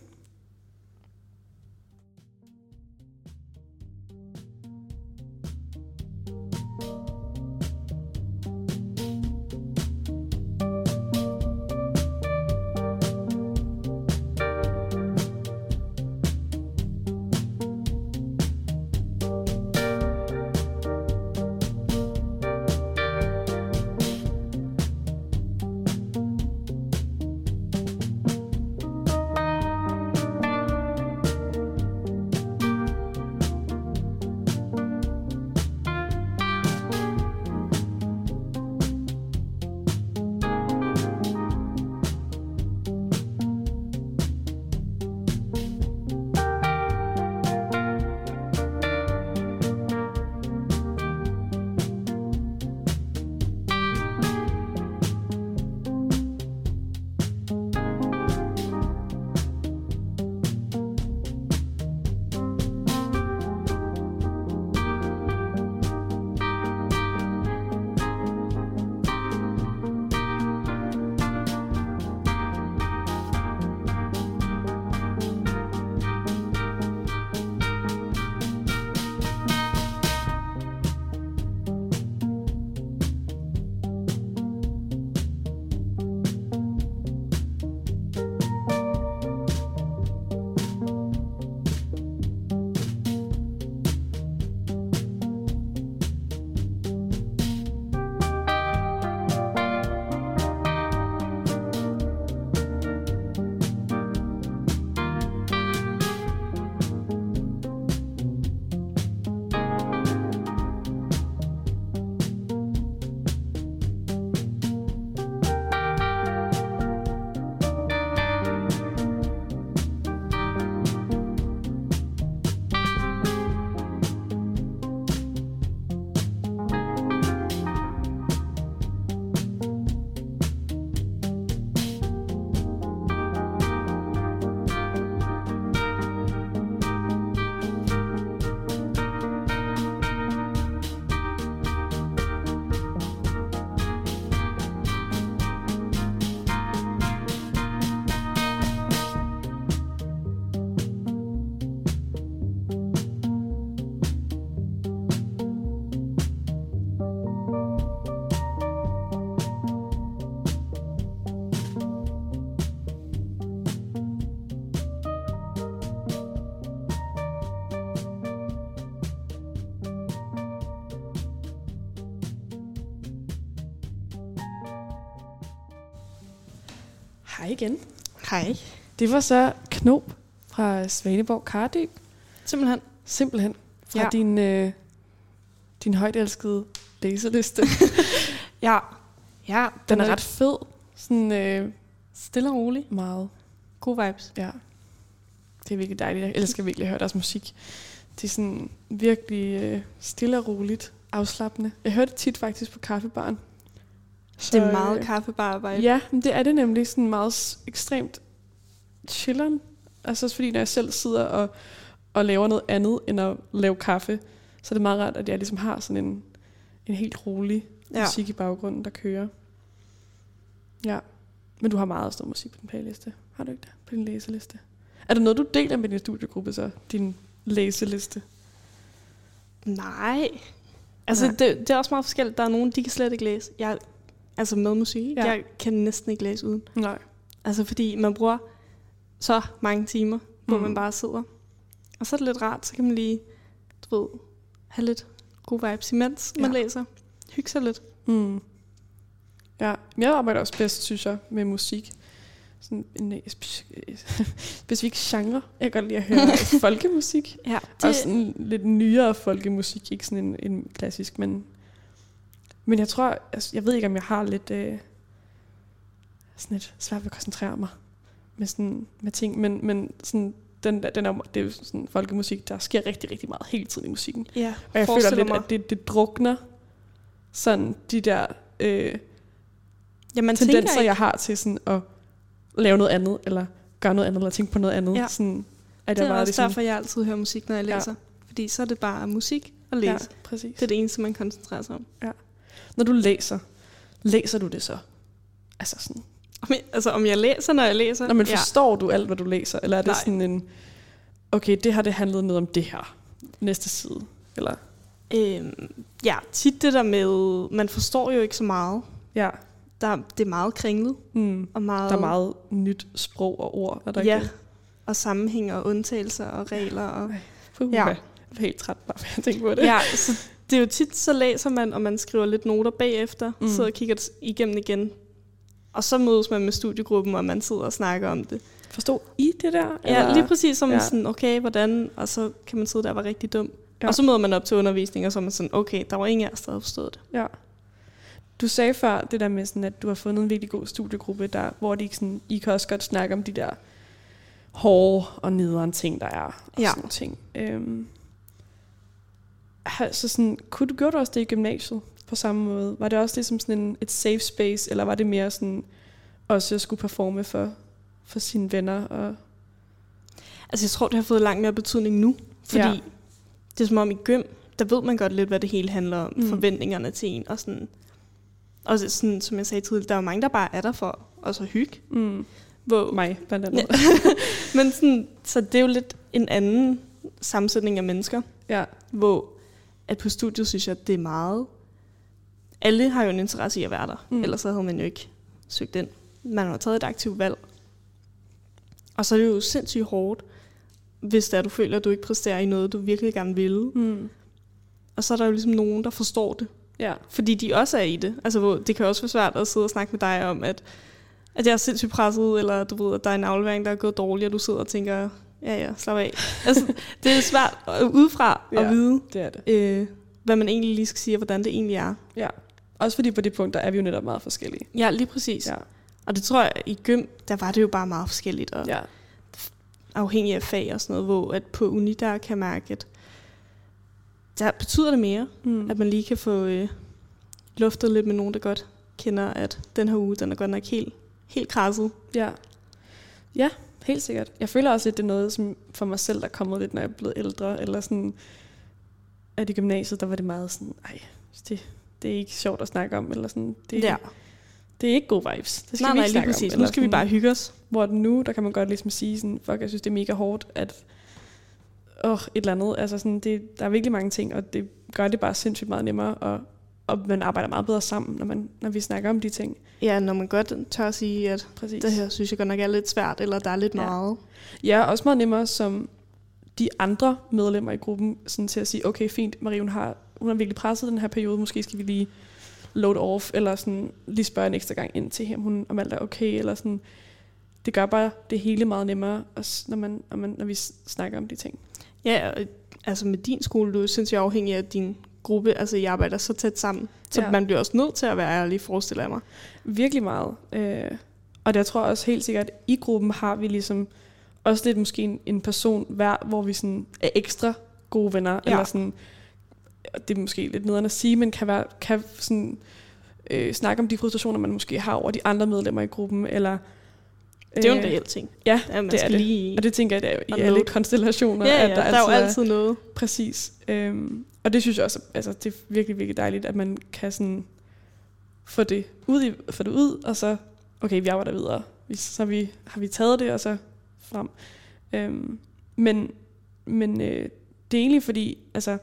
Thank Hej igen. Hej. Det var så Knob fra Svaneborg Kardyb. Simpelthen. Simpelthen. Fra Ja. din, øh, din højt elskede læseliste. Ja. Ja, Den er ret fed. Sådan øh, stille og rolig. meget. God vibes. Ja. Det er virkelig dejligt. Jeg elsker virkelig at høre deres musik. Det er sådan virkelig øh, stille og roligt. Afslappende. Jeg hører det tit faktisk på kaffebaren. Det er meget øh, kaffebar-vibe. Ja, men det er det nemlig sådan meget s- ekstremt chilleren. Altså også fordi, når jeg selv sidder og, og laver noget andet end at lave kaffe, så er det meget rart, at jeg ligesom har sådan en, en helt rolig Ja. musik i baggrunden, der kører. Ja. Men du har meget stor musik på din playliste. Har du ikke det? På din læseliste. Er der noget, du deler med din studiegruppe så? Din læseliste? Nej. Altså, Nej. det, det er også meget forskelligt. Der er nogen, de kan slet ikke læse. Jeg, altså med musik. Ja. Ja. Jeg kan næsten ikke læse uden. Nej. Altså, fordi man bruger så mange timer, hvor Mm. man bare sidder. Og så er det lidt rart, så kan man lige, du ved, have lidt gode vibes imens Ja. man læser. Hygge sig lidt. Mm. Ja, men jeg arbejder også bedst, synes jeg, med musik. Sådan en øh, spe- specifik genre. Jeg kan godt lide at høre folkemusik. Ja, Det... Og sådan lidt nyere folkemusik, ikke sådan en, en klassisk, men, men jeg tror, altså, jeg ved ikke, om jeg har lidt, øh, sådan lidt svært ved at koncentrere mig med, sådan, med ting, men, men sådan, den, der- den er, det er jo sådan folkemusik, der sker rigtig, rigtig meget hele tiden i musikken. ja, Og jeg føler forestiller lidt, mig. at det, det drukner sådan de der øh, Ja, man tendenser, tænker ikke. jeg har til sådan at lave noget andet, eller gøre noget andet, eller tænke på noget andet. Ja. Sådan, at Det jeg er bare også ligesom, derfor, jeg altid hører musik, når jeg Ja. læser. Fordi så er det bare musik og læse. ja, præcis. Det er det eneste, man koncentrerer sig om. Når du læser, læser du det så? Altså sådan, Om jeg, altså, om jeg læser, når jeg læser? når man ja. forstår du alt, hvad du læser, eller er det Nej. sådan en, okay, det har det handlet noget om det her, næste side, eller? Øhm, ja, tit det der med, man forstår jo ikke så meget. Ja, Der, det er meget kringlet. mm. Og meget, der er meget nyt sprog og ord, er der ja, ikke det? og sammenhæng og undtagelser og regler. Og, Puh, Ja. Jeg er helt træt bare ved at tænke på det. ja, så det er jo tit, så læser man, og man skriver lidt noter bagefter, Mm. mm. sidder og kigger det igennem igen. Og så mødes man med studiegruppen, og man sidder og snakker om det. Forstod I det der? Ja, eller? lige præcis som Ja. ja. sådan, okay, hvordan? Og så kan man sidde der og være rigtig dum. Ja. Ja. Og så møder man op til undervisning, og så er man sådan, okay, der var ingen af os, der havde forstået det. Ja. Du sagde før det der med, sådan, at du har fundet en virkelig god studiegruppe, der, hvor de sådan, I kan også godt snakke om de der hårde og nederen ting, der er. Og Ja. sådan nogle ting. Øhm, altså sådan, kunne du, gjorde du også det i gymnasiet på samme måde? Var det også ligesom sådan en, et safe space, eller var det mere sådan også at skulle performe for, for sine venner? Og Altså, jeg tror, det har fået langt mere betydning nu, fordi Ja. ja. det er som om i gym, der ved man godt lidt, hvad det hele handler om, Mm. mm. forventningerne til en, og sådan, og så sådan, som jeg sagde tidligere, der er jo mange, der bare er der for at så hygge. mm, Hvor, mig, blandt andet. men sådan, så det er jo lidt en anden sammensætning af mennesker, Ja. hvor at på studiet synes jeg, at det er meget, alle har jo en interesse i at være der, Mm. mm. ellers så havde man jo ikke søgt ind. Man har taget et aktivt valg. Og så er det jo sindssygt hårdt, hvis det er, du føler, at du ikke præsterer i noget, du virkelig gerne vil. Mm. Og så er der jo ligesom nogen, der forstår det. Ja. Fordi de også er i det. Altså, hvor det kan også være svært at sidde og snakke med dig om, at, at jeg er sindssygt presset, eller du ved, at der er en aflevering, der er gået dårligt, og du sidder og tænker, ja, ja, slap af. Altså, det er svært at- udefra Ja. at vide, Det er det. øh, hvad man egentlig lige skal sige, og hvordan det egentlig er. Ja. Også fordi på det punkt, der er vi jo netop meget forskellige. Ja, lige præcis. Ja. Og det tror jeg, i gym, der var det jo bare meget forskelligt, og Ja. afhængig af fag og sådan noget, hvor at på uni, der kan mærke, at der betyder det mere, Mm. at man lige kan få øh, luftet lidt med nogen, der godt kender, at den her uge, den er godt nok helt, helt krasset. Ja. Ja, helt sikkert. Jeg føler også, at det er noget, som for mig selv, der er kommet lidt, når jeg er blevet ældre, eller sådan, at i gymnasiet, der var det meget sådan, ej, det, det er ikke sjovt at snakke om, eller sådan, det, Ja. det er ikke gode vibes. Det skal Nej, vi nej, ikke lige snakke præcis. om. Nu eller skal vi sådan, bare hygge os. Hvor det nu, der kan man godt ligesom sige sådan, fuck, jeg synes, det er mega hårdt, at åh, et eller andet, altså sådan, det, der er virkelig mange ting, og det gør det bare sindssygt meget nemmere, og, og man arbejder meget bedre sammen, når, man, når vi snakker om de ting. Ja, når man godt tør at sige, at Præcis. det her synes jeg godt nok er lidt svært, eller der er lidt Ja. meget. Ja, også meget nemmere som de andre medlemmer i gruppen, sådan til at sige, okay, fint, Marie, hun har, hun har virkelig presset den her periode, måske skal vi lige load off, eller sådan lige spørge en ekstra gang ind til ham, hun, om alt er okay, eller sådan, det gør bare det hele meget nemmere, også når, man, når, man, når vi snakker om de ting. Ja, og, altså med din skole, du er sindssygt afhængig af din gruppe, altså I arbejder så tæt sammen, så Ja. man bliver også nødt til at være ærlig, forestiller jeg mig. Virkelig meget. Øh, og jeg tror også helt sikkert, at i gruppen har vi ligesom også lidt måske en, en person hver, hvor vi sådan er ekstra gode venner, Ja. eller sådan, det er måske lidt nederen at sige, men kan, være, kan sådan, øh, snakke om de frustrationer, man måske har over de andre medlemmer i gruppen, eller... Det er jo en øh, reel ting. Ja, Ja, man det skal er det. lige... Og det tænker jeg, det er jo i Og alle note. konstellationer. Ja, ja, at der, der er jo altid noget. Præcis. Øhm, og det synes jeg også, altså det er virkelig, virkelig dejligt, at man kan sådan få det ud, i, få det ud og så, okay, vi arbejder videre. Vi, så har vi, har vi taget det, og så frem. Øhm, men men øh, det er egentlig fordi, altså,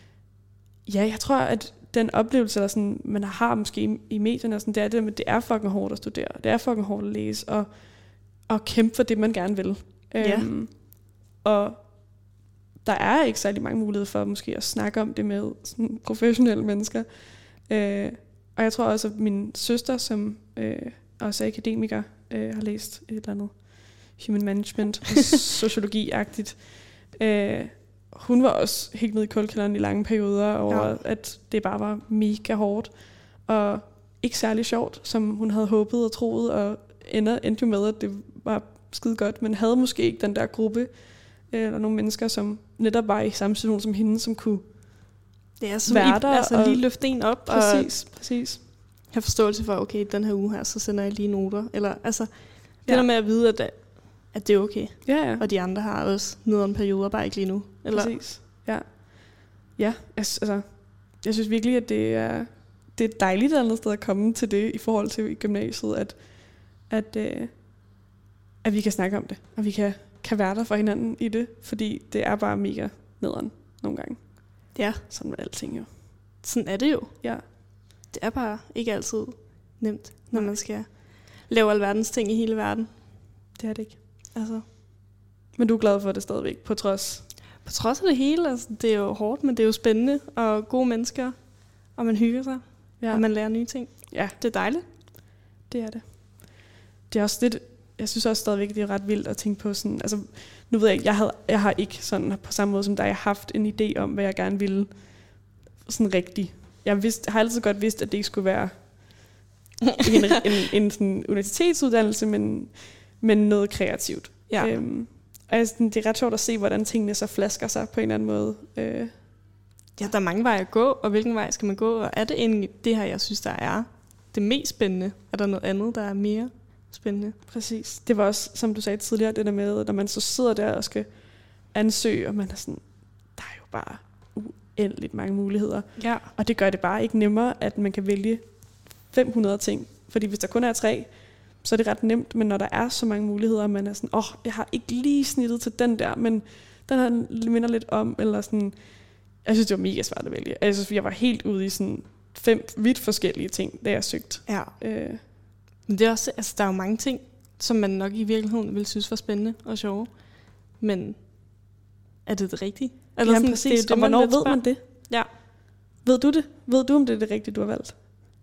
ja, jeg tror, at den oplevelse, der sådan, man har måske i, i medierne, og sådan, det er det, med, det er fucking hårdt at studere. Det er fucking hårdt at læse, og, og kæmpe for det, man gerne vil. Ja. Øhm, og der er ikke særlig mange muligheder for måske at snakke om det med sådan professionelle mennesker. Øh, og jeg tror også, at min søster, som øh, også er akademiker, øh, har læst et eller andet human management og sociologi-agtigt. Øh, hun var også helt nede i kuldekælderen i lange perioder over, Ja. at det bare var mega hårdt. Og ikke særlig sjovt, som hun havde håbet og troet, og ender, endte jo med, at det var skide godt, men havde måske ikke den der gruppe, eller nogle mennesker, som netop var i samme situation som hende, som kunne Det er som være I, der altså og- lige løfte en op, præcis, præcis. og have forståelse for, okay, den her uge her, så sender jeg lige noter. Eller, altså, det Ja. der med at vide, at, at det er okay. Ja, ja. Og de andre har også nederen perioder, bare ikke lige nu. Eller, Præcis. Ja. Ja, altså, jeg synes virkelig, at det er, det er dejligt et andet sted at komme til det, i forhold til i gymnasiet, at, at, øh, at vi kan snakke om det, og vi kan, kan være der for hinanden i det, fordi det er bare mega nederen nogle gange. ja, Sådan med alting jo. sådan er det jo. Ja, Det er bare ikke altid nemt, når Nej. man skal lave alverdens ting i hele verden. det er det ikke. Altså, Men du er glad for det stadigvæk, på trods. på trods af det hele, altså, det er jo hårdt, men det er jo spændende, og gode mennesker, og man hygger sig, Ja, og man lærer nye ting. ja, Det er dejligt. det er det. Det er også lidt, jeg synes også stadigvæk, det er ret vildt at tænke på sådan, altså, nu ved jeg ikke, jeg, havde, jeg har ikke sådan på samme måde som dig, jeg har haft en idé om, hvad jeg gerne ville, sådan rigtigt. Jeg vidste, har altid godt vidst, at det ikke skulle være en, en, en sådan universitetsuddannelse, men, men noget kreativt. Ja. Øhm, og jeg, sådan, det er ret sjovt at se, hvordan tingene så flasker sig på en eller anden måde. Øh, Ja, der er mange veje at gå, og hvilken vej skal man gå? Og er det egentlig det her, jeg synes, der er det mest spændende? Er der noget andet, der er mere spændende? Præcis. Det var også, som du sagde tidligere, det der med, når man så sidder der og skal ansøge, og man er sådan, der er jo bare uendeligt mange muligheder. Ja. Og det gør det bare ikke nemmere, at man kan vælge fem hundrede ting. Fordi hvis der kun er tre, så er det ret nemt, men når der er så mange muligheder, man er sådan, åh, oh, jeg har ikke lige snittet til den der, men den her minder lidt om, eller sådan. Jeg synes, det var mega svært at vælge. Jeg synes, jeg var helt ude i sådan fem vidt forskellige ting, da jeg søgte. Ja. Øh, Men det er også, altså, der er jo mange ting, som man nok i virkeligheden ville synes var spændende og sjove. Men er det det rigtige? Eller Jamen sådan, præcis, det er jo det, og man hvornår lidt ved spørger. man det? Ja. Ved du det? Ved du, om det er det rigtige, du har valgt?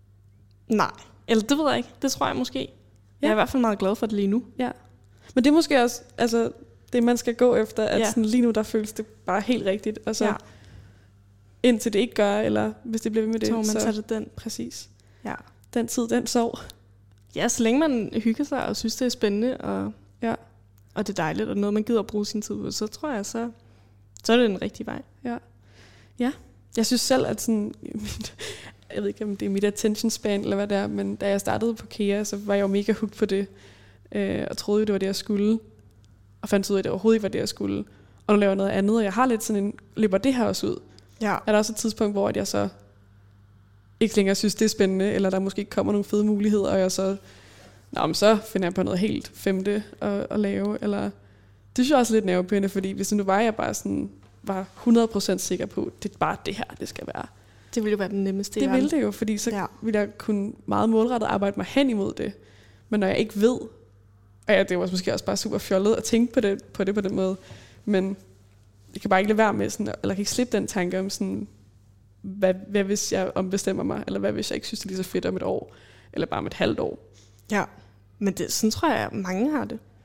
Nej. Eller det ved jeg ikke. Det tror jeg måske. Ja. Jeg er i hvert fald meget glad for det lige nu. Ja. Men det er måske også altså, det, man skal gå efter, at Ja. sådan, lige nu, der føles det bare helt rigtigt. Og så Ja. ja. indtil det ikke gør, eller hvis det bliver ved med det, Så må man så tage det den. præcis. Ja. Den tid, den sov. Ja, så længe man hygger sig og synes, det er spændende, og, Ja. og det er dejligt, og noget, man gider at bruge sin tid på, så tror jeg, så, så er det den rigtige vej. Ja. Ja. Jeg synes selv, at sådan, jeg ved ikke, om det er mit attention span, eller hvad det er, men da jeg startede på Kea, så var jeg jo mega hooked på det, øh, og troede, det var det, jeg skulle, og fandt ud af, at det overhovedet ikke var det, jeg skulle. Og nu laver jeg noget andet, og jeg har lidt sådan en, løber det her også ud? Ja. Er der også et tidspunkt, hvor at jeg så ikke længere synes, det er spændende, eller der måske kommer nogle fede muligheder, og jeg så, nå, men så finder jeg på noget helt femte at, at lave, eller det synes jeg også er lidt nervepirrende, fordi hvis nu var jeg bare sådan, var hundrede procent sikker på, at det er bare det her, det skal være. Det ville jo være den nemmeste i Det verden. ville det jo, fordi så Ja. ja. ville jeg kunne meget målrettet arbejde mig hen imod det. Men når jeg ikke ved, og ja, det var måske også bare super fjollet at tænke på det på, det på den måde, men jeg kan bare ikke lade være med, sådan, eller kan ikke slippe den tanke om sådan, hvad, hvad hvis jeg ombestemmer mig, eller hvad hvis jeg ikke synes, det er lige så fedt om et år, eller bare om et halvt år. Ja, men det, sådan tror jeg, at mange har det.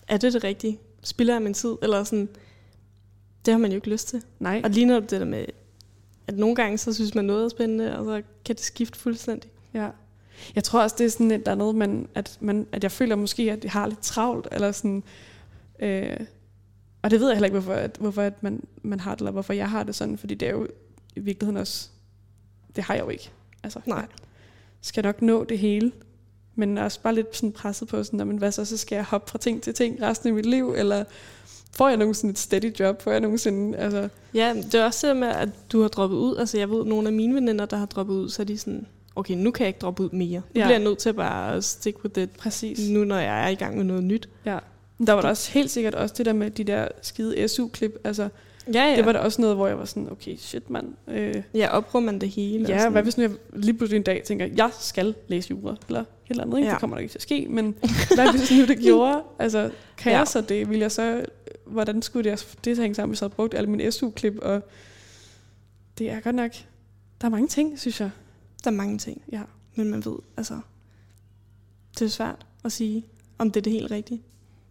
er det det rigtige? Spilder jeg min tid? Eller sådan, det har man jo ikke lyst til. Nej. Og lige når det der med, at nogle gange, så synes man noget er spændende, og så kan det skifte fuldstændig. Ja. Jeg tror også, det er sådan, at der er noget, man, at, man, at jeg føler måske, at jeg har lidt travlt, eller sådan, øh, og det ved jeg heller ikke, hvorfor, at, hvorfor at man, man har det, eller hvorfor jeg har det sådan, fordi det er jo i virkeligheden også, det har jeg jo ikke. Altså, Nej. Jeg skal nok nå det hele, men også bare lidt sådan presset på, sådan, men hvad så, så skal jeg hoppe fra ting til ting resten af mit liv, eller får jeg nogensinde et steady job, får jeg nogensinde, altså... Ja, det er også det med, at du har droppet ud. Altså, jeg ved, nogle af mine veninder, der har droppet ud, så er de sådan, okay, nu kan jeg ikke droppe ud mere. Nu Ja. bliver jeg nødt til bare at stick with it. Præcis. Nu, når jeg er i gang med noget nyt. Ja. Der var der også helt sikkert også det der med de der skide S U-klip, altså... Ja, ja. Det var da også noget, hvor jeg var sådan, okay, shit mand. Øh, Ja, opruger man det hele. og ja, sådan. hvad hvis nu jeg lige pludselig en dag tænker, jeg skal læse jura, eller et eller andet, ikke? Ja. Det kommer nok ikke til at ske, men hvad hvis nu det gjorde? Altså, kan Ja. jeg så det? Vil jeg så, hvordan skulle det, det hænge sammen, hvis jeg havde brugt alle mine S U-klip, og det er godt nok, der er mange ting, synes jeg. Der er mange ting, Ja. men man ved, altså, det er svært at sige, om det er det helt rigtige.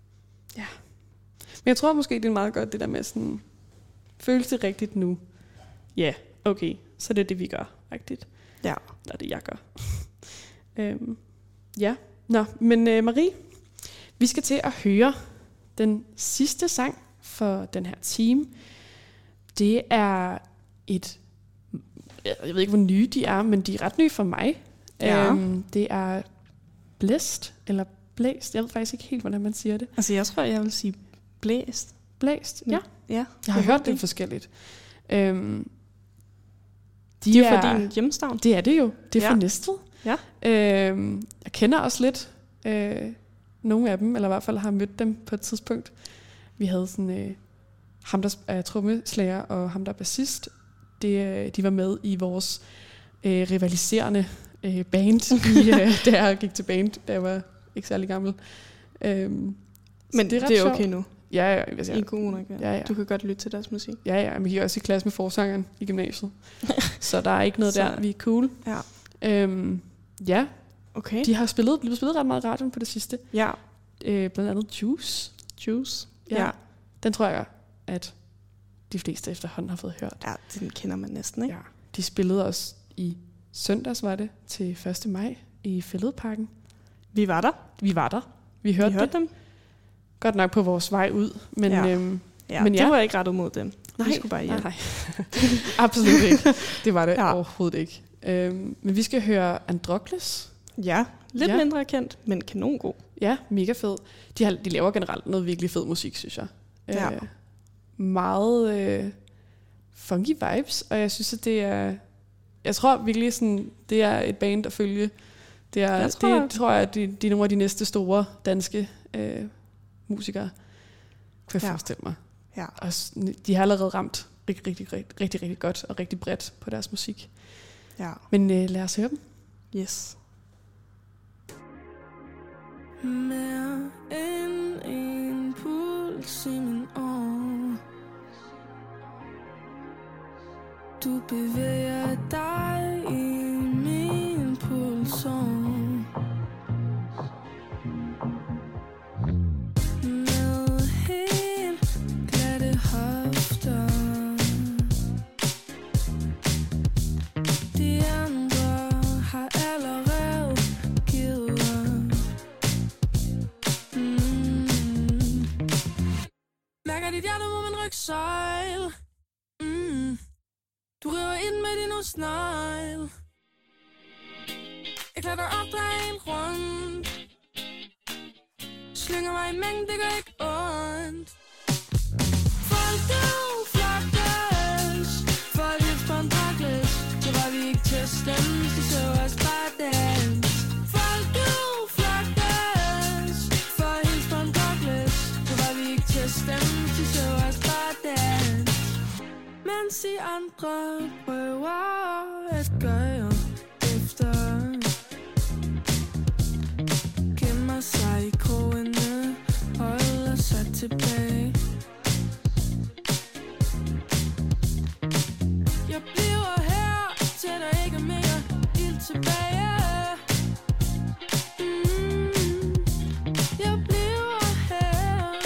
Men jeg tror måske, det er meget godt, det der med sådan, føles det rigtigt nu? Ja, yeah, okay, så det er det, vi gør, rigtigt. Ja. Eller det, jeg gør. øhm, ja, nå, men øh, Marie, vi skal til at høre den sidste sang for den her time. Det er et, jeg ved ikke, hvor nye de er, men de er ret nye for mig. Ja. Øhm, det er Blæst, eller Blæst, jeg ved faktisk ikke helt, hvordan man siger det. Altså, jeg tror, jeg vil sige blæst. Blæst, ja. Ja. Jeg har hørt det forskelligt. Øhm, de Det er jo fra din hjemstavn. Det er det jo. Det er Ja. fra Næstved. Ja. Øhm, jeg kender også lidt øh, nogle af dem, eller i hvert fald har mødt dem på et tidspunkt. Vi havde sådan øh, ham, der er trommeslager, og ham, der er bassist. Det, øh, de var med i vores øh, rivaliserende øh, band, i, øh, da jeg gik til band, da jeg var ikke særlig gammel. Øhm, Men det er, det er okay sjovt. nu. Ja, ja, ja, I er gode nok. Ja, ja. Du kan godt lytte til deres musik. ja, ja, men vi er også i klasse med forsangeren i gymnasiet. Så der er ikke noget Så- der. Vi er cool. Ja. Øhm, ja, Okay. de har spillet, blevet spillet ret meget i radioen på det sidste. Ja. Øh, blandt andet Juice. Juice. Ja. Ja. Den tror jeg, at de fleste efterhånden har fået hørt. Ja, den kender man næsten, ikke? Ja. De spillede også i søndags, var det, til første maj i Fælledparken. Vi var der. Vi var der. Vi hørte, Vi hørte det. dem. Godt nok på vores vej ud. Men Ja. ja, øhm, Ja, Men det ja. var ikke rettet mod dem. nej, Vi skulle bare hjem. nej, nej. Absolut ikke. Det var det Ja. ja. overhovedet ikke. Øhm, men vi skal høre Androkles. Ja, lidt Ja. mindre kendt, men kanon god. Ja, mega fed. De, har, de laver generelt noget virkelig fed musik, synes jeg. Ja. Øh, meget øh, funky vibes, og jeg synes, at det er... Jeg tror virkelig, sådan, det er et band at følge. Det er, Jeg tror- det, tror jeg, at de, de er nogle af de næste store danske øh, musikere, kunne jeg Ja. forestille mig. Ja. Og s- de har allerede ramt rigtig, rigtig, rigtig, rigtig, rigtig godt og rigtig bredt på deres musik. Ja. Men øh, lad os høre dem. Yes. Mere end en puls i min år. Du bevæger dig i min pulsår. Med helt glatte hofter. De andre har allerede givet op. Mm. Mærker dit hjerte mod min rygsøjle. Mm. Du river ind med din snegl. Jeg klatrer op, drejer en rundt. Slynger mig i mængden, det gør ikke ondt. Folk du floktes. For at hilse på Androkles. Så var vi ikke til at stemme, så så os bare dans. Folk du floktes. For at hilse på Androkles. Så var vi ikke til at stemme, så så os bare dans. Mens de andre prøver at gøre efter. Gemmer sig i krogene, holder sig tilbage. Jeg bliver her, til der ikke er mere ild tilbage. Mm. Jeg bliver her.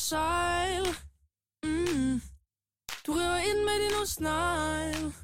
rygsøjl. Mm. Du river ind med din snegl.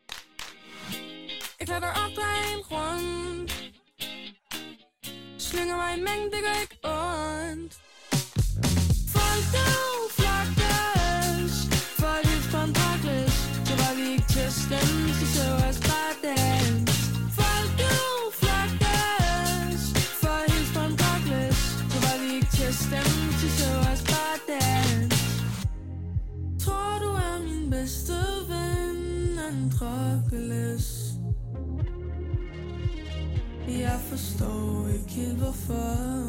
Jeg klatrer op, drejer en rundt. Slynger mig en mængde, det gør ikke ondt. Folk du flokkes, for et hils på en dragles. Så var vi ikke til at stemme, så så os bare dans. Folk du flokkes, for et hils på en dragles. Så var vi ikke til at stemme, så så os bare dans. Tror du er min bedste ven, Androkles? Jeg forstår ikke helt hvorfor.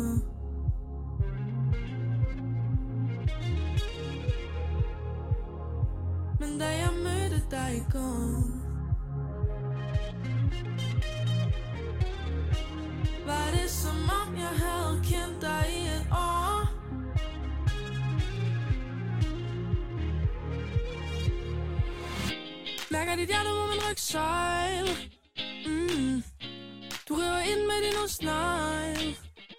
Men da jeg mødte dig i går, var det som om jeg havde kendt dig i et år. Mærker dit hjerte på min rygsøjl. Mm. Du river ind med din snegl.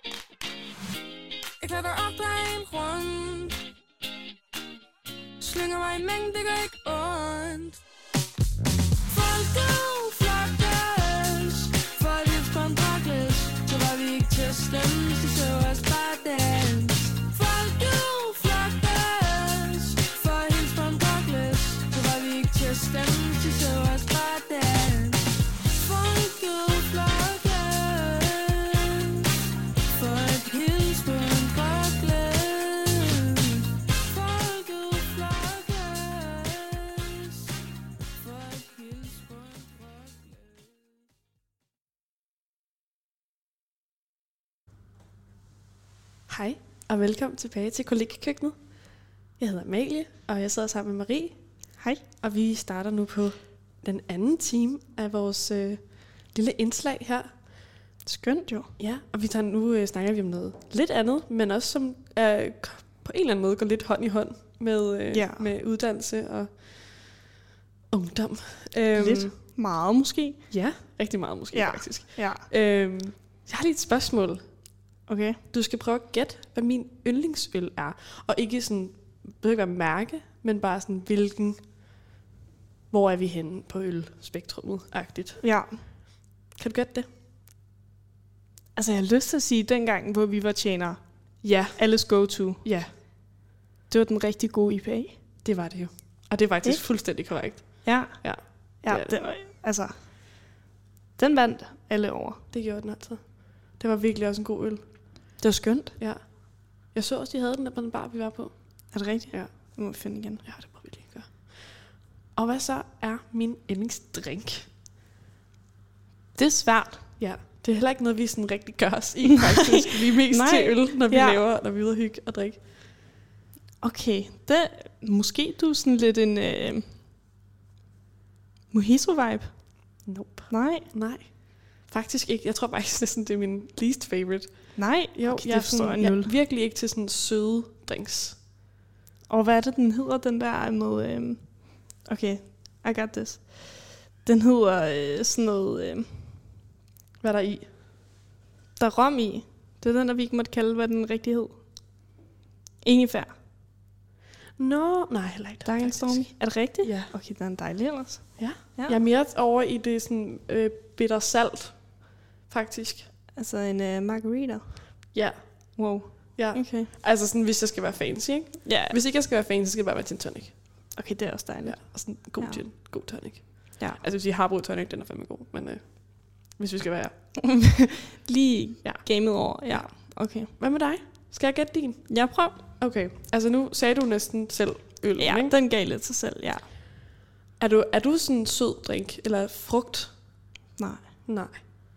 Jeg klatrer op, drejer en rundt. Slynger mig en mængde, det gør ikke ondt. Folk du flokkes, for et hils på en dragles. Så var vi ikke til at stemme, så så os bare dans. Folk du flokkes, for et hils på en dragles. Så var vi ikke til at stemme, så så os bare dans. Folk du Hej, og velkommen tilbage til kollegiekøkkenet. Jeg hedder Amalie, og jeg sidder sammen med Marie. Hej. Og vi starter nu på den anden time af vores øh, lille indslag her. Skønt jo. Ja, og vi tager nu øh, snakker vi om noget lidt andet, men også som øh, på en eller anden måde går lidt hånd i hånd med, øh, Ja. med uddannelse og ungdom. Øhm, Lidt. Meget måske. Ja, rigtig meget måske Ja. faktisk. Ja. Øhm, jeg har lige et spørgsmål. Okay. Du skal prøve at gætte, hvad min yndlingsøl er. Og ikke sådan, det behøver ikke være mærke, men bare sådan, hvilken, hvor er vi henne på ølspektrummet-agtigt. Ja. Kan du gætte det? Altså, jeg har lyst til at sige, dengang, hvor vi var tjenere, Ja. alles go-to, Ja, det var den rigtig gode I P A. det var det jo. Og det er faktisk Ikke? fuldstændig korrekt. Ja. Ja, Ja, det er det. det var, altså, den vandt alle over. det gjorde den altså. Det var virkelig også en god øl. Det var skønt. Ja. Jeg så også, de havde den der på den bar, vi var på. Er det rigtigt? Ja. Det må vi finde igen. Ja, det må vi lige gøre. Og hvad så er min yndlingsdrink? Det er svært. Ja, det er heller ikke noget, vi sådan rigtig gør os i, faktisk. Vi er mest Nej. til øl, når vi Ja. laver, når vi er ude og hygge og drikke. Okay, det, måske du er sådan lidt en øh, mojito-vibe. Nope. Nej, Nej, faktisk ikke. Jeg tror faktisk næsten, det er min least favorite. nej. Jo, Okay, jeg, det er forstår sådan, jeg jeg nul. er virkelig ikke til sådan søde drinks. Og hvad er det, den hedder, den der med... Øh, okay, I got this. Den hedder øh, sådan noget... Øh, Hvad er der i? der er rom i. Det er den, der vi ikke måtte kalde, hvad den rigtig hed. Ingefær. Nå, nej, heller ikke. Dark and faktisk. Stormy. Er det rigtigt? Ja. Okay, den er dejlig ellers. Ja. Ja. Jeg er mere over i det sådan øh, bitter salt, faktisk. Altså en øh, margarita. Ja. Wow. Ja. Okay. Altså sådan, hvis jeg skal være fancy, ikke? Ja. Hvis ikke jeg skal være fancy, så skal det bare være gin tonic. Okay, det er også Ja. dejligt. Og sådan god Ja. gin, god tonic. Ja. Altså, hvis I har brugt tonic, den er fandme god. Men øh, hvis vi skal være... Lige Ja. gamet over. Ja. Okay. Hvad med dig? Skal jeg gætte din? Jeg prøver. Okay. Altså, nu sagde du næsten selv øl, Ja, ikke? den gav lidt sig selv, ja. Er du, er du sådan en sød drink? Eller frugt? Nej. Nej.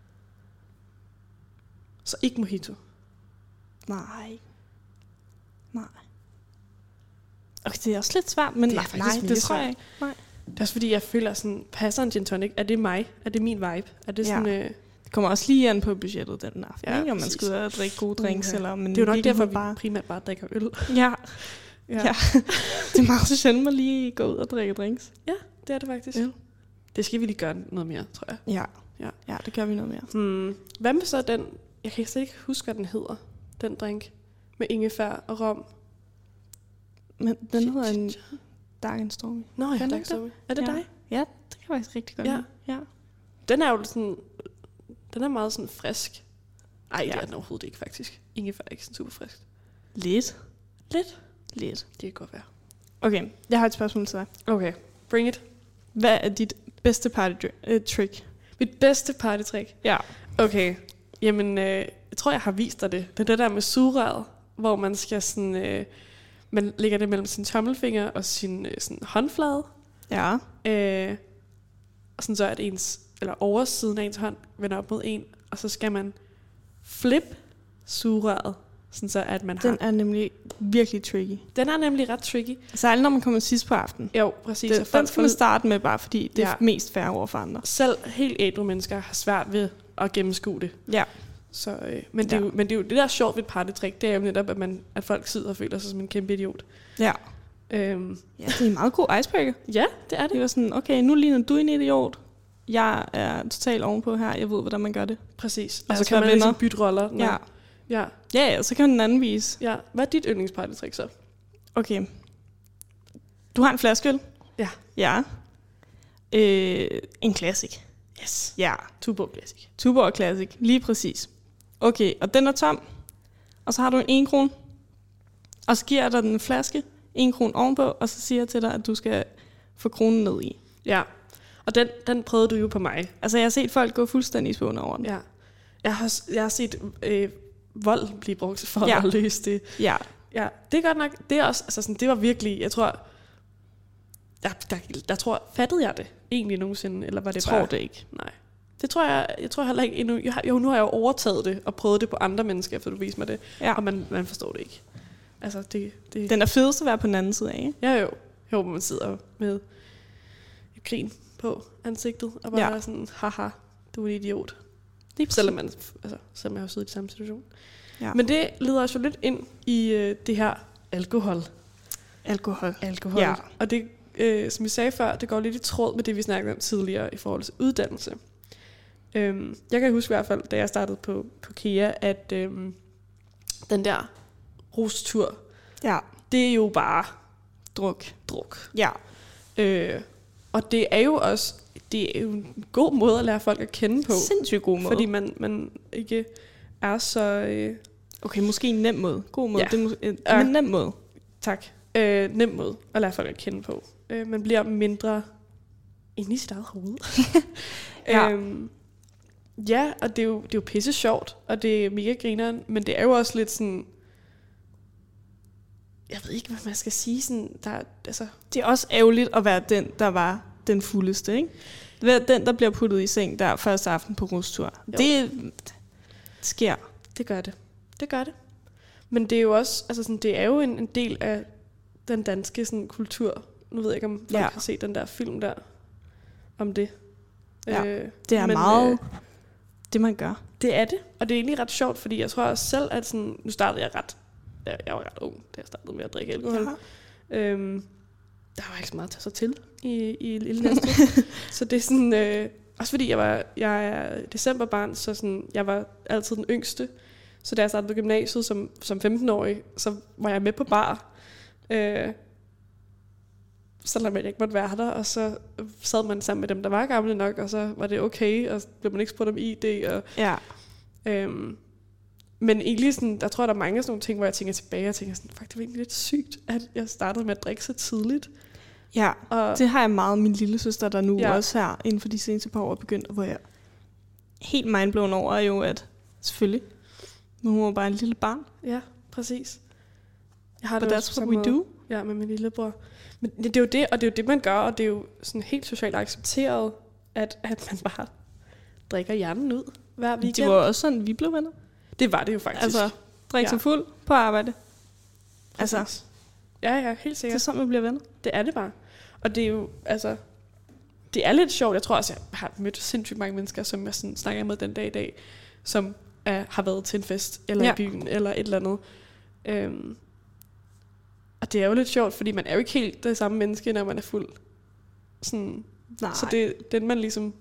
Så ikke mojito? Nej. Nej. Okay, det er også lidt svært, men Det er nej, faktisk nej, mega det tror jeg svært. ikke. Nej. Det er også fordi, jeg føler sådan, passer en gin tonic? Er det mig? Er det min vibe? Er det sådan... Ja. Øh, Det kommer også lige an på budgettet den aften, Ja, ja, ikke? Om man præcis. skal ud og drikke gode drinks, Uha. eller om man det er jo nok virkelig derfor, vil vi bare... primært bare drikker øl. Ja. Ja. Det er meget så sjældent, at lige gå ud og drikke drinks. Ja, det er det faktisk. Ja. Det skal vi lige gøre noget mere, tror jeg. Ja. Ja. Ja, det gør vi noget mere. Hmm. Hvad med så den... Jeg kan slet ikke huske, hvad den hedder. Den drink med ingefær og rom. Men den hedder en Dark and Stormy. Nå ja, Kan den Dark ikke Stormy. Er det Ja. dig? Ja, det kan jeg faktisk rigtig godt Ja. lide. Ja. Den er jo sådan, den er meget sådan frisk. Ej, det Ja. er den overhovedet ikke faktisk. Ingefær er ikke sådan super frisk. Lidt. Lidt. Lidt. Det kan godt være. Okay, jeg har et spørgsmål til dig. Okay, bring it. Hvad er dit bedste party dr- uh, trick? Mit bedste partytrick. Ja. Okay, jamen, øh, jeg tror, jeg har vist dig det. Det er det der med sugerøret, hvor man skal sådan, øh, man lægger det mellem sin tommelfinger og sin øh, sådan håndflade. Ja. Øh, og sådan så, at ens, eller oversiden af ens hånd vender op mod en, og så skal man flip sugerøret, sådan så, at man har... Den er nemlig virkelig tricky. Den er nemlig ret tricky. Særligt når man kommer sidst på aftenen. Jo, præcis. Den, og folk den skal man starte med, bare fordi det er Ja. mest fair over for andre. Selv helt ædru mennesker har svært ved at gennemskue det. Ja. Så, øh, men, det er Ja. jo, men det er jo det der er sjovt ved et partytrick, det er jo netop, at, man, at folk sidder og føler sig som en kæmpe idiot. Ja. Øhm, Ja, det er en meget god icebreaker. ja, det er Det det. var sådan, okay, nu ligner du en idiot. Jeg er totalt ovenpå her. Jeg ved, hvordan man gør det. Præcis. Og Lad så os kan være man ligesom venner. bytte roller. Når, Ja. ja. Ja, ja, så kan den anden vise. Ja. Hvad er dit yndlingspartytrick så? Okay. Du har en flaskeøl. Ja. Ja. Øh, en classic. Yes. Ja. Tuborg Classic. Tuborg Classic. Lige præcis. Okay, og den er tom. Og så har du en en krone. Og så giver jeg dig den en flaske. En krone ovenpå. Og så siger jeg til dig, at du skal få kronen ned i. Ja. Og den, den prøvede du jo på mig. Altså, jeg har set folk gå fuldstændig i spåne over den. Ja. Jeg har, s- jeg har set øh, vold blive brugt for Ja. at løse det. Ja. Ja, det er godt nok. Det er også, altså sådan, det var virkelig, jeg tror, der, der, der tror, fattede jeg det egentlig nogensinde, eller var det Jeg bare? tror det ikke. Nej. Det tror jeg, jeg tror heller ikke endnu. Jeg har, jo, nu har jeg jo overtaget det og prøvet det på andre mennesker, efter du viste mig det, Ja. og man, man forstår det ikke. Altså, det, det Den er fedest at være på den anden side af, ikke? ja, jo. Jeg håber, man sidder med et grin på ansigtet, og bare Ja. ja. sådan, haha, du er en idiot. Lige Selvom man, altså, selvom jeg har siddet i samme situation. Ja. Men det leder os jo lidt ind i øh, det her alkohol. Alkohol. Alkohol. Ja. Og det, øh, som vi sagde før, det går lidt i tråd med det, vi snakkede om tidligere i forhold til uddannelse. Øhm, jeg kan huske i hvert fald, da jeg startede på, på K E A, at øhm, den der rustur, Ja. det er jo bare Druk. druk. Ja. Øh, og det er jo også det er jo en god måde at lære folk at kende på. Sindssygt god måde. Fordi man, man ikke er så... Øh, Okay, måske en nem måde. God måde. Ja. Det er mås- en, Ja. en nem måde. tak. Øh, nem måde at lære folk at kende på. Øh, man bliver mindre inde i sit eget hoved. Ja. øhm, ja, og det er, jo, det er jo pisse sjovt, og det er mega grineren, men det er jo også lidt sådan... Jeg ved ikke, hvad man skal sige. Sådan, der, er- altså, Det er også ærgerligt at være den, der var den fuldeste, ikke? Være den, der bliver puttet i seng der første aften på rustur. Jo. Det sker. det gør det. Det gør det. Men det er jo også, altså sådan, det er jo en, en del af den danske sådan, kultur. Nu ved jeg ikke, om folk Ja. har set den der film der, om det. Ja, øh, Det er men, meget Øh, det, man gør. det er det, og det er egentlig ret sjovt, fordi jeg tror også selv, at sådan, nu startede jeg ret, jeg, jeg var ret ung, da jeg startede med at drikke alkohol. Ja. Øhm, der var ikke så meget at tage sig til i, i lille Næstved. Så det er sådan, øh, også fordi jeg var, jeg er decemberbarn, så sådan, jeg var altid den yngste. Så da jeg startede på gymnasiet som, som femten-årig, så var jeg med på bar. Øh, selvom jeg ikke måtte være der, og så sad man sammen med dem, der var gamle nok, og så var det okay, og så blev man ikke spurgt om I D. Og, Ja. øhm, men egentlig sådan, der tror jeg, der er mange sådan nogle ting, hvor jeg tænker tilbage, og tænker sådan, fuck, det var egentlig lidt sygt, at jeg startede med at drikke så tidligt. Ja, Og, det har jeg meget min lille søster, der nu Ja. ja. også her, inden for de seneste par år er begyndt, hvor jeg helt mindblown over er jo, at selvfølgelig, men hun var bare en lille barn. ja, præcis. Jeg har But det that's også på what samme we måde. do. Ja, med min lillebror. Men det, det er jo det, og det er jo det, man gør, og det er jo sådan helt socialt accepteret, at, at man bare drikker hjernen ud hver weekend. Det var også sådan, vi blev venner. det var det jo faktisk. Altså, drik Ja. sig fuld på arbejde. Altså, Præcis. Ja, ja, helt det er sikkert. sådan, man bliver venner. Det er det bare. Og det er jo, altså, det er lidt sjovt. Jeg tror også, jeg har mødt sindssygt mange mennesker, som jeg sådan snakker med den dag i dag, som er, har været til en fest, eller ja. Ja. i byen, eller et eller andet. Øhm, og det er jo lidt sjovt, fordi man er jo ikke helt det samme menneske, når man er fuld. Sådan, Nej. så det, den, man ligesom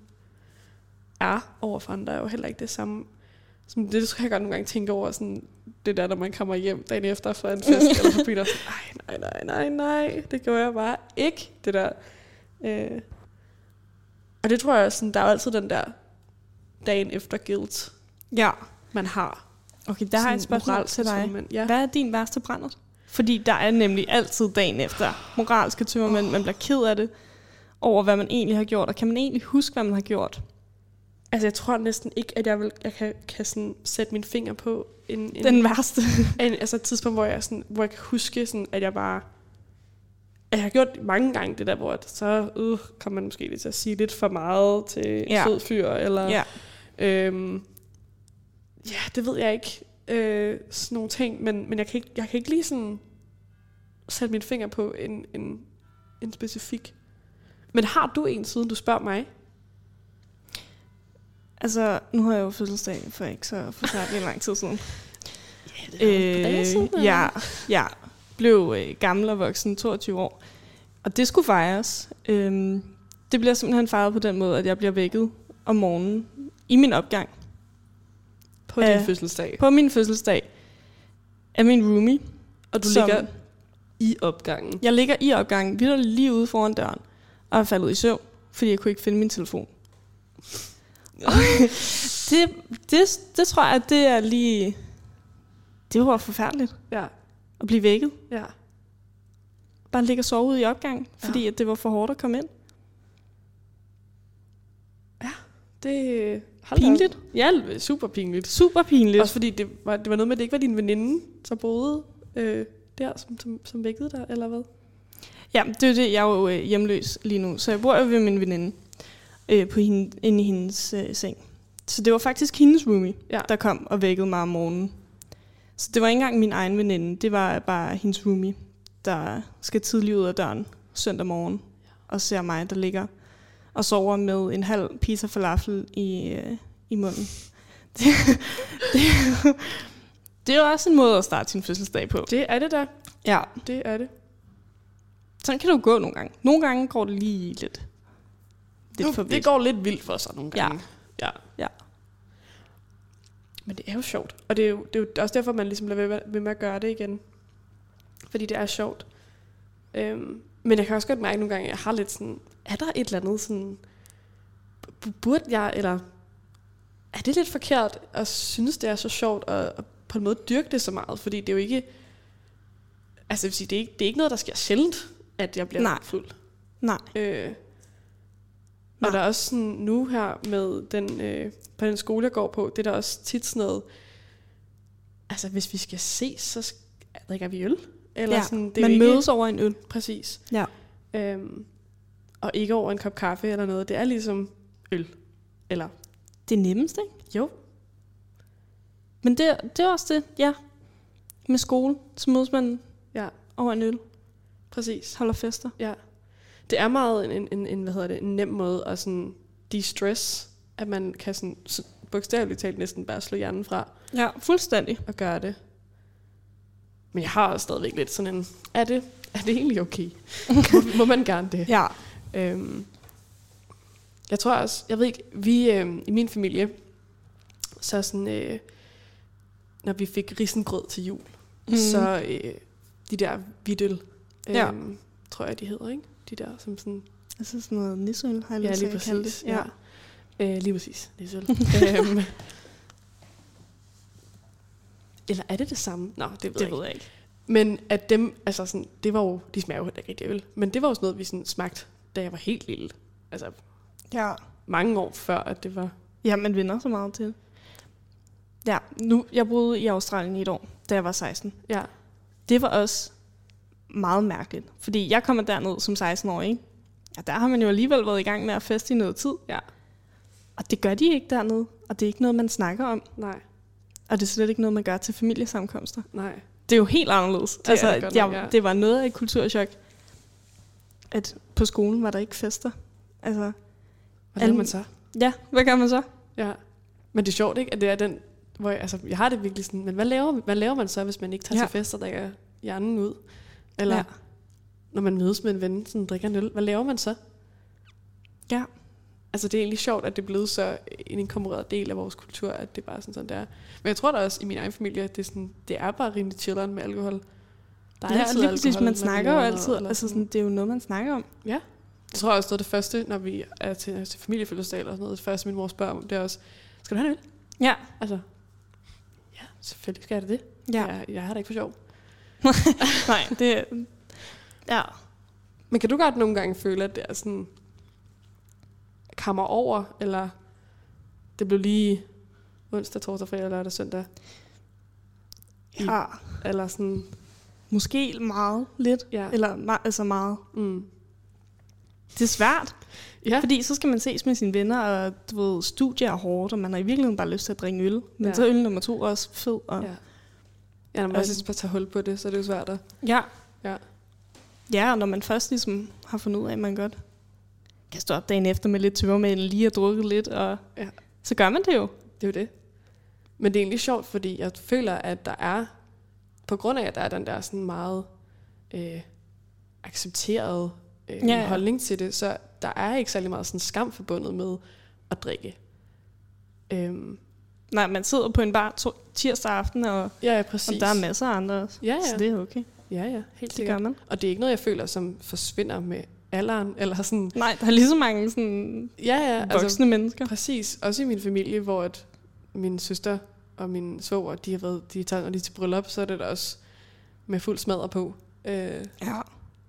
er overfor andre, er jo heller ikke det samme. Som det, det skal jeg godt nogle gange tænke over, sådan, det der, når man kommer hjem dagen efter fra en fest, eller på byen, og sådan, ej, nej, nej, nej, nej. Det gjorde jeg bare ikke, det der. Øh. Og det tror jeg, sådan, der er jo altid den der dagen efter guilt, Ja. man har. Okay, der har jeg et Sådan spørgsmål moralske til dig. tømmermænd. Ja. Hvad er din værste brændert? Fordi der er nemlig altid dagen efter moralske tømmermænd. Oh. Man bliver ked af det over, hvad man egentlig har gjort. Og kan man egentlig huske, hvad man har gjort? Altså, jeg tror næsten ikke, at jeg, vil, jeg kan, kan sådan sætte min finger på en, en, Den værste. en, altså et tidspunkt, hvor jeg, sådan, hvor jeg kan huske, sådan, at jeg bare... At jeg har gjort mange gange det der, hvor at så øh, kommer man måske lige til at sige lidt for meget til en Ja. sød fyr. Eller, Ja. øhm, ja, det ved jeg ikke. Øh, sådan nogle ting. Men, men jeg, kan ikke, jeg kan ikke lige sådan sætte min finger på en, en, en specifik. Men har du en, siden du spørger mig? Altså, nu har jeg jo fødselsdag for ikke så forfærdelig lang tid siden. Ja, det er Øh, siden, ja, ja. Blev øh, gammel og voksen, toogtyve år. Og det skulle fejres. Øhm, det bliver simpelthen fejret på den måde, at jeg bliver vækket om morgenen i min opgang. På din Øh, fødselsdag. På min fødselsdag af min roomie. Og du som- ligger i opgangen. Jeg ligger i opgangen, vildt lige ude foran døren, og er faldet i søvn, fordi jeg kunne ikke finde min telefon. det, det, det tror jeg, det er lige... Det var forfærdeligt Ja, at blive vækket. ja. Bare ligge og sove ude i opgangen, fordi at det var for hårdt at komme ind. Det hold da Pinligt. op. Ja, super pinligt. Super pinligt. Også fordi det var, det var noget med, at det ikke var din veninde, der boede øh, der, som, som, som vækkede dig, eller hvad? Ja, det er jo det. Jeg er jo øh, hjemløs lige nu, så jeg bor jo ved min veninde øh, på hende, inde i hendes øh, seng. Så det var faktisk hendes roomie, Ja. der kom og vækkede mig om morgenen. Så det var ikke engang min egen veninde, det var bare hendes roomie, der skal tidligt ud af døren søndag morgen og ser mig, der ligger og sover med en halv pizza falafel i, øh, i munden. Det, det, det er jo også en måde at starte sin fødselsdag på. Det er det da. Ja. Det er det. Sådan kan det jo gå nogle gange. Nogle gange går det lige lidt, lidt for Det vidt. går lidt vildt for sig nogle gange. Ja. ja. Ja. Men det er jo sjovt. Og det er jo, det er jo også derfor, man ligesom bliver ved, ved med at gøre det igen. Fordi det er sjovt. Øhm, men jeg kan også godt mærke nogle gange, at jeg har lidt sådan, er der et eller andet sådan, b- burde jeg, eller er det lidt forkert at synes, det er så sjovt at, at på en måde dyrke det så meget? Fordi det er jo ikke, altså jeg vil sige, det er ikke, det er ikke noget, der sker sjældent, at jeg bliver Nej. fuld. Nej. Øh, Nej. og der er også sådan nu her med den, øh, på den skole, jeg går på, det er der også tit sådan noget, altså hvis vi skal ses, så sk- drikker vi øl. Eller Ja, sådan, det er man jo ikke, mødes over en øl. Præcis. Ja. Øhm, og ikke over en kop kaffe eller noget. Det er ligesom øl. Eller, Det er nemmest, ikke? jo. Men det, det er også det, ja. Med skole, så mødes man Ja, over en øl, præcis. holder fester. Ja. Det er meget en, en, en, hvad hedder det, en nem måde at sådan de-stress, at man kan sådan, så bogstaveligt talt næsten bare slå hjernen fra Ja, fuldstændig. og gøre det. Men jeg har også stadigvæk lidt sådan en, er det, er det egentlig okay? må, må man gerne det? Ja. Øhm, jeg tror også, jeg ved ikke, vi øh, i min familie, så sådan, øh, når vi fik risengrød til jul, mm. så øh, de der hvidøl, øh, Ja. tror jeg, de hedder, ikke? De der, som sådan, Altså sådan noget nisseøl, har jeg ja, lyst til lige at kalde præcis. det. Ja. Ja. Øh, lige præcis, nisseøl. øhm, eller er det det samme? Nå, det ved Det jeg ikke. ved jeg ikke. Men at dem, altså sådan, det var jo, de smager jo heller ikke rigtig af øl, men det var jo sådan noget, vi sådan smagte, da jeg var helt lille. Altså Ja. mange år før, at det var... Ja, man vinder så meget til. Ja, nu, jeg boede i Australien i et år, da jeg var seksten. Ja, Det var også meget mærkeligt, fordi jeg kommer derned som seksten-årig, ikke? Og der har man jo alligevel været i gang med at feste i noget tid. ja, Og det gør de ikke dernede, og det er ikke noget, man snakker om. nej, Og det er slet ikke noget, man gør til familiesammenkomster. nej. Det er jo helt anderledes. Det er altså, det godt jeg, nok, ja. det var noget af et kulturchok, at på skolen var der ikke fester. Altså, Hvad laver Al- man så? ja, hvad gør man så? Ja. Men det er sjovt, ikke? At det er den, hvor jeg, altså, jeg har det virkelig sådan, men hvad laver, hvad laver man så, hvis man ikke tager Ja. til fest og drikker hjernen ud? Eller Ja. ja. når man mødes med en ven, sådan drikker en øl, hvad laver man så? Ja. Altså det er egentlig sjovt, at det er blevet så en inkorporeret del af vores kultur, at det bare er sådan, sådan der. Men jeg tror da også i min egen familie, at det er, sådan, det er bare rimelig chilleren med alkohol. Der er Ja, altid lige præcis, alkohol, man når vi snakker jo laver altid, noget, eller altså sådan. sådan, det er jo noget, man snakker om. Ja. Jeg tror også, det er det første, når vi er til, til familiefødselsdag eller sådan noget. Det første, min mor spørger om, det er også, skal du have en øl? Ja. Altså, ja, selvfølgelig skal jeg da det. Ja. Jeg, jeg har da ikke for sjov. Nej, det ja. Men kan du godt nogle gange føle, at det er sådan, kammer over, eller det blev lige onsdag, torsdag, fredag, lørdag, søndag? Ja. Eller sådan, Måske meget lidt, ja. eller me- altså meget. Mm. Det er svært, Ja. fordi så skal man ses med sine venner, og du ved, studier er hårdt, og man har i virkeligheden bare lyst til at drikke øl. Men Ja. så er øl nummer to også fed. Og Ja. Ja, når man også bare tager hul på det, så er det jo svært at... ja. Ja. Ja, og når man først ligesom har fundet ud af, at man godt kan stå op dagen efter med lidt tømmermænd, lige har drukket lidt, og Ja. så gør man det jo. Det er jo det. Men det er egentlig sjovt, fordi jeg føler, at der er, på grund af, at der er den der sådan meget øh, accepteret øh, Ja, ja. holdning til det, så der er ikke særlig meget sådan skam forbundet med at drikke. Øhm, Nej, man sidder på en bar to- tirsdag aften, og, ja, ja, præcis. og der er masser af andre også. Ja, ja. Så det er okay. Ja, ja, helt Det sikkert. gør man. Og det er ikke noget, jeg føler, som forsvinder med alderen, eller sådan... Nej, der er lige så mange sådan Ja, ja, voksne altså, mennesker. Præcis. Også i min familie, hvor at min søster og min svoger, de har været, de tager, når de er til bryllup, så er det da også med fuld smadre på. Øh, Ja.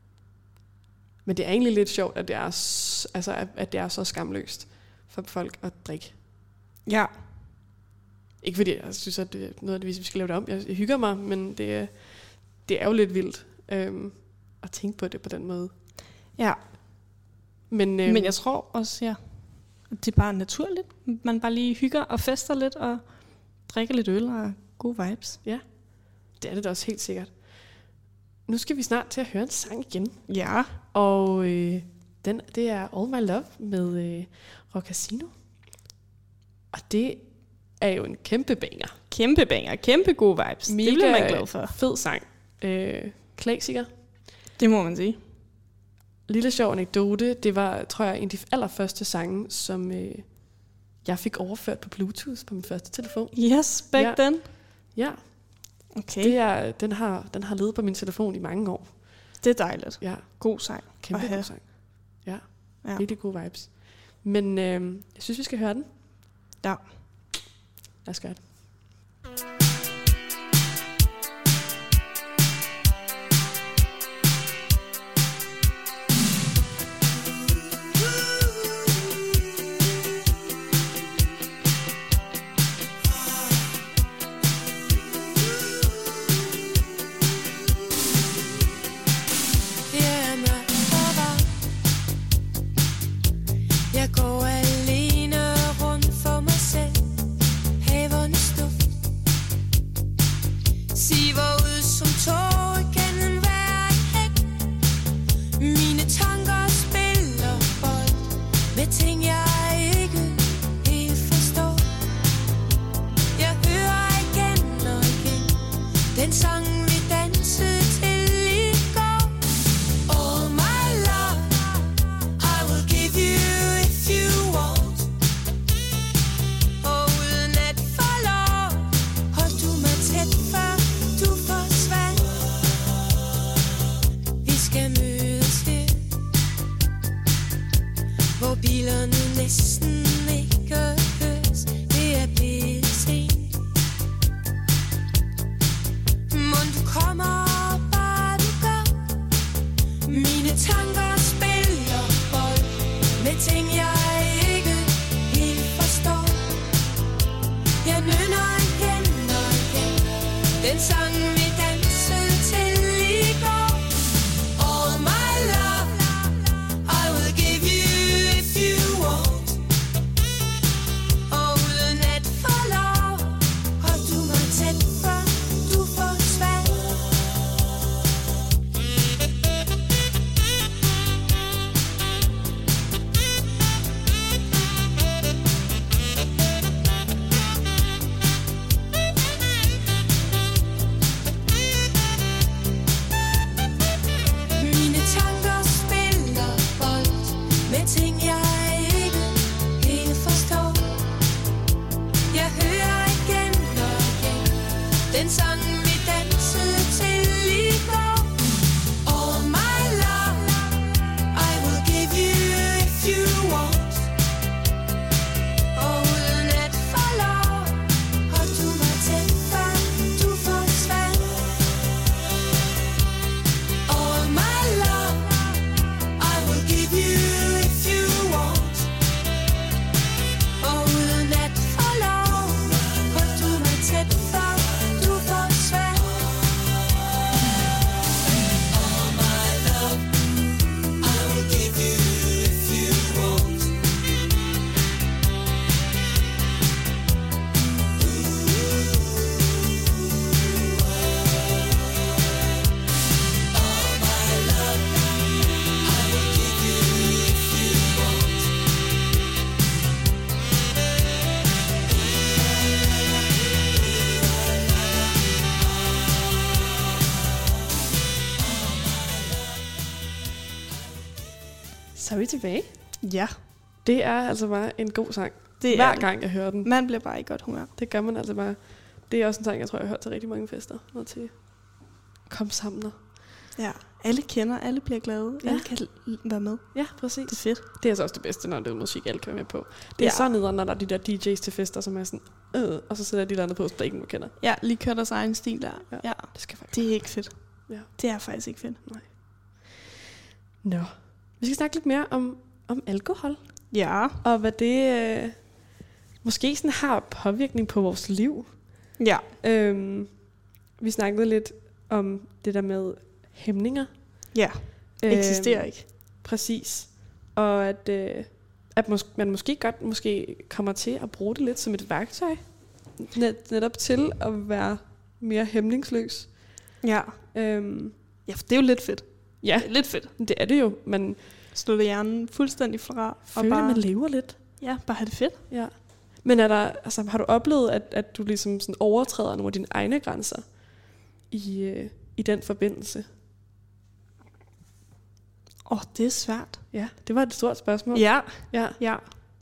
men det er egentlig lidt sjovt, at det er, s- altså, at, at det er så skamløst for folk at drikke. Ja. Ikke fordi jeg synes, at det er noget af det, vi skal lave det om. Jeg, jeg hygger mig, men det, er- det er jo lidt vildt øhm, at tænke på det på den måde. Ja. Men, øhm, Men jeg tror også, ja, at det er bare naturligt. Man bare lige hygger og fester lidt, og drikker lidt øl og gode vibes. det er det da også helt sikkert. Nu skal vi snart til at høre en sang igen. Ja. Og øh, den, det er All My Love med øh, Rock Casino. Og det er jo en kæmpe banger. Kæmpe banger, kæmpe gode vibes. det bliver man glad for. fed sang. Øh, klassiker. Det må man sige. Lille sjov anekdote. Det var, tror jeg, en af de allerførste sange, som øh, jeg fik overført på Bluetooth på min første telefon. Yes, back Ja. then. Ja, Okay. det er, den, har, den har levet på min telefon i mange år. Det er dejligt. Ja, God sang. kæmpe at have. god sang. Ja, Ja. virkelig gode vibes. Men øh, jeg synes, vi skal høre den. Ja. Lad os gøre det. Det er mørkt og varmt. Jeg går alene rundt for mig selv. Havernes duft siver ud som tårer gennem hver hæk. Mine tanker spiller bold med ting jeg ikke helt forstår. Jeg hører igen og igen den sang vi dansede til i går. All my love, I will give you if you want. Og uden at forlore, hold du mig tæt før du forsvandt. Vi skal mødes her, hvor bilerne næsten ikke høres. Det er blevet sent. Mon du kommer, bare du gør. Mine tanker spiller bold med ting jeg ikke helt forstår. Jeg nynner igen og igen den sang vi dansede til i går. All my love, I will give you if you want. Så er vi tilbage. Ja, Det er altså bare en god sang. det Hver er gang jeg hører den. Man bliver bare i godt humør. Det gør man altså bare. Det er også en sang, jeg tror, jeg har hørt til rigtig mange fester. Og til kom sammen. Og... Ja, alle kender, alle bliver glade, Ja. alle kan l- være med. Ja, præcis. Det er fedt. Det er altså også det bedste, når det er musik, alle kan være med på. Det er Ja. så nederen, når der er de der D J's til fester, som er sådan, øh, og så sætter de landet på, som der ikke nogen kender. Ja, lige kører deres egen stil der. Ja. Ja. Det skal faktisk. Det er ikke fedt. Ja. Det er faktisk ikke fedt. Nå. Vi skal snakke lidt mere om, om alkohol, Ja. og hvad det øh, måske sådan har påvirkning på vores liv. Ja. Øhm, vi snakkede lidt om det der med hæmninger. Ja. Eksisterer ikke. Præcis. Og at, øh, at mås- man måske godt måske kommer til at bruge det lidt som et værktøj. Net- netop til at være mere hæmningsløs. Ja. Øhm, Ja, for det er jo lidt fedt. ja, Lidt fedt. det er det jo. Man Slutte hjernen fuldstændig fra. føler, bare, at man lever lidt. Ja, bare have det fedt. Ja. Men er der, altså, har du oplevet, at, at du ligesom sådan overtræder nogle af dine egne grænser i, øh, i den forbindelse? Åh, oh, det er svært. Ja, det var et stort spørgsmål. Ja. Ja. Ja.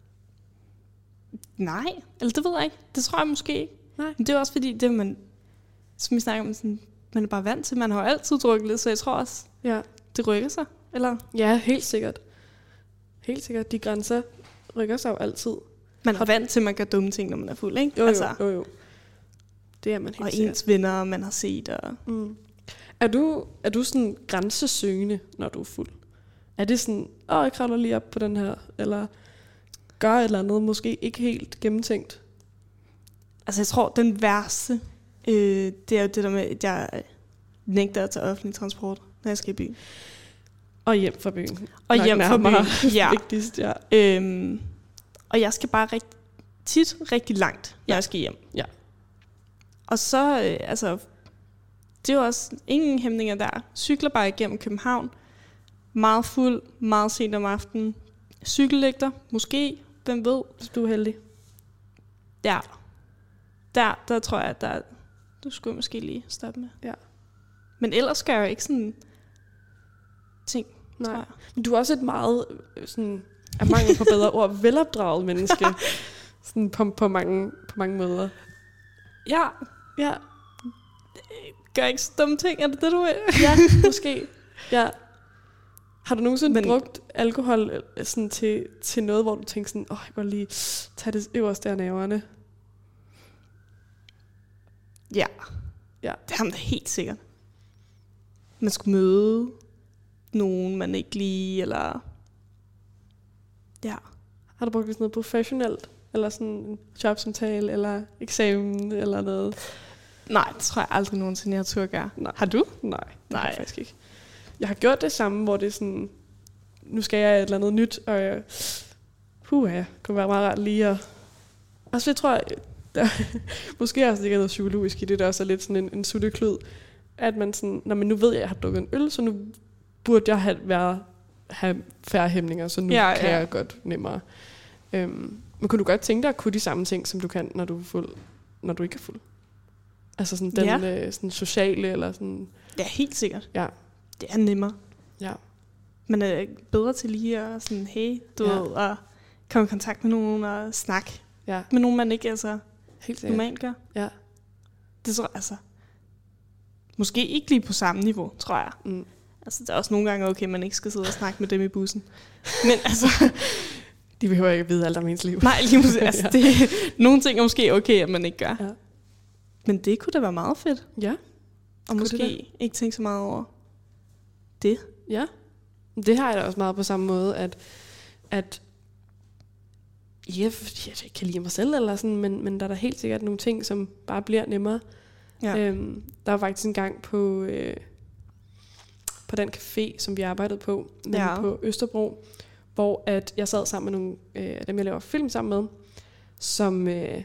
Nej, eller det ved jeg ikke. Det tror jeg måske ikke. Nej. Men det er også fordi, det man, som vi snakker om, sådan, man er bare vant til. Man har jo altid drukket lidt, så jeg tror også, Ja. det rykker sig. Eller Ja, helt sikkert. Helt sikkert. De grænser rykker sig jo altid. man er vant til, at man gør dumme ting, når man er fuld, ikke? Jo, jo, jo, jo. Det er man helt og sikkert. ens venner, man har set. Og... Mm. Er du, er du sådan grænsesøgende, når du er fuld? Er det sådan, åh, jeg kravler lige op på den her, eller gør et eller andet, måske ikke helt gennemtænkt? Altså, jeg tror, den værste, øh, det er jo det der med, at jeg nægter at tage offentlig transport, når jeg skal i byen. Og hjem fra byen. Og Nok hjem fra nærmere byen, ja. vigtigst, ja. Øhm, og jeg skal bare rigt, tit rigtig langt, når Ja. jeg skal hjem. Ja. Og så, øh, altså, det er jo også ingen hæmninger der. Cykler bare igennem København. Meget fuld, meget sent om aftenen. Cykellygter, måske, hvem ved. Hvis du er heldig. Ja. Der, der tror jeg, at der, du skulle måske lige stoppe med. Ja. Men ellers gør jeg ikke sådan ting, tror Nej. jeg. Men du er også et meget, øh, sådan, af mangel på bedre ord, velopdraget menneske. Sådan på, på, mange, på mange måder. Ja, Ja, gør ikke så dumme ting, er det det, du vil? ja, måske. Ja. Har du nogensinde Men- Men, brugt alkohol øh, sådan til, til noget, hvor du tænker sådan, åh, oh, jeg kan godt lige tage det øverste af nerverne? Ja. Ja. Det har man da helt sikkert. Man skulle møde nogen, man ikke lige, eller... Ja. Har du brugt det sådan noget professionelt? Eller sådan en jobsamtale, eller eksamen, eller noget? Nej, det tror jeg aldrig nogensinde, jeg har tur gøre. Nej. Har du? Nej, det Nej. har jeg faktisk ikke. Jeg har gjort det samme, hvor det er sådan, nu skal jeg et eller andet nyt, og jeg, puha, det kunne være meget rart lige at... Altså, jeg tror, der, måske er der ikke noget psykologisk i det, der også er lidt sådan en, en sutteklud, at man sådan, når man nu ved, at jeg har drukket en øl, så nu burde jeg have, være, have færre hæmninger, så nu Ja, ja, kan ja. jeg godt nemmere. Øhm, men kunne du godt tænke dig at kunne de samme ting, som du kan, når du er fuld, når du ikke er fuld? Altså sådan den Ja. øh, sådan sociale, eller sådan, Ja, helt sikkert. ja, Det er nemmere. ja. Man er bedre til lige at sådan, hey, du Ja. ved, og komme i kontakt med nogen og snakke Ja, med nogen, man ikke altså helt sikkert. normalt gør. Ja. Det tror jeg, altså... Måske ikke lige på samme niveau, tror jeg. Mm. Altså, det er også nogle gange okay, man ikke skal sidde og snakke med dem i bussen. Men altså... De behøver ikke at vide alt om ens liv. Nej, lige måske. Altså, det, nogle ting er måske okay, at man ikke gør. Ja. Men det kunne da være meget fedt. Ja, Og Kunne måske det ikke tænke så meget over det. ja. Det har jeg da også meget på samme måde, at, at ja, fordi jeg kan lide mig selv, eller sådan, men, men der er der helt sikkert nogle ting, som bare bliver nemmere. Ja. Øhm, der var faktisk en gang på, øh, på den café, som vi arbejdede på, men Ja. på Østerbro, hvor at jeg sad sammen med nogle øh, af dem, jeg laver film sammen med, som øh,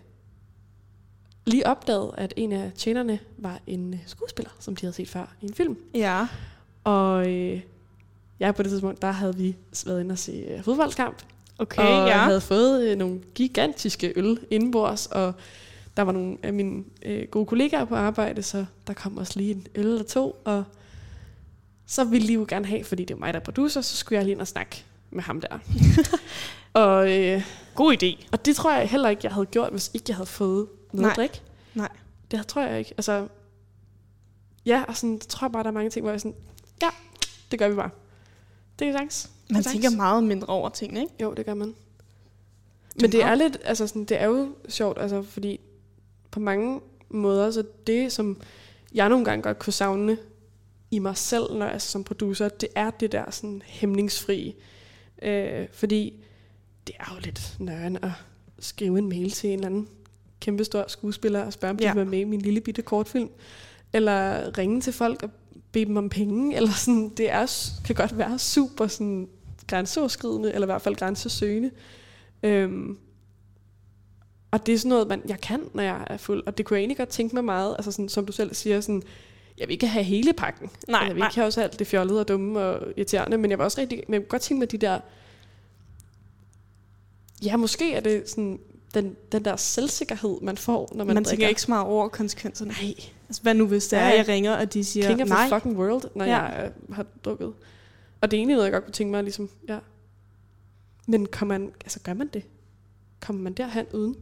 lige opdagede, at en af tjenerne var en øh, skuespiller, som de havde set før i en film. Ja. Og øh, ja, på det tidspunkt, der havde vi været inde og se øh, fodboldskamp. Okay, og ja. havde fået øh, nogle gigantiske øl indenbords, og der var nogle af mine øh, gode kollegaer på arbejde, så der kom også lige en øl eller to, og så ville de jo gerne have, fordi det var mig, der er producer, så skulle jeg lige ind og snakke med ham der. og, øh, God idé. og det tror jeg heller ikke, jeg havde gjort, hvis ikke jeg havde fået noget Nej. at drikke. Nej. Det tror jeg ikke. Altså, ja, og sådan, det tror jeg bare, der er mange ting, hvor jeg er sådan, ja, det gør vi bare. Det er sagtens. Man tænker meget mindre over tingene, ikke? Jo, det gør man. Men det er lidt, altså sådan, det er jo sjovt, altså, fordi på mange måder, så det, som jeg nogle gange godt kunne savne i mig selv, når jeg altså, som producer, det er det der sådan hæmningsfri. Øh, fordi det er jo lidt nøren at skrive en mail til en eller anden kæmpestor skuespiller og spørge, om de Ja. vil være med i min lille bitte kortfilm. Eller ringe til folk og bede dem om penge. Eller sådan, det er, kan godt være super sådan, grænseoverskridende, eller i hvert fald grænsesøgende. Øhm, og det er sådan noget, man, jeg kan, når jeg er fuld. Og det kunne jeg egentlig godt tænke mig meget, altså sådan, som du selv siger, sådan, jeg vil ikke have hele pakken. Nej, jeg vil nej. ikke have også alt det fjollede og dumme og irriterende, men jeg vil også rigtig, men jeg vil godt tænke mig de der, ja, måske er det sådan, den, den der selvsikkerhed, man får, når man, Man, man drikker. tænker ikke så meget over konsekvenserne. Nej, Altså, hvad nu hvis det er, Ja. jeg ringer, og de siger, king of nej. the fucking world, når Ja. ja. jeg øh, har drukket. Og det er egentlig noget, jeg godt kunne tænke mig, ligesom, ja. Men kan man, altså gør man det? Kommer man derhen uden?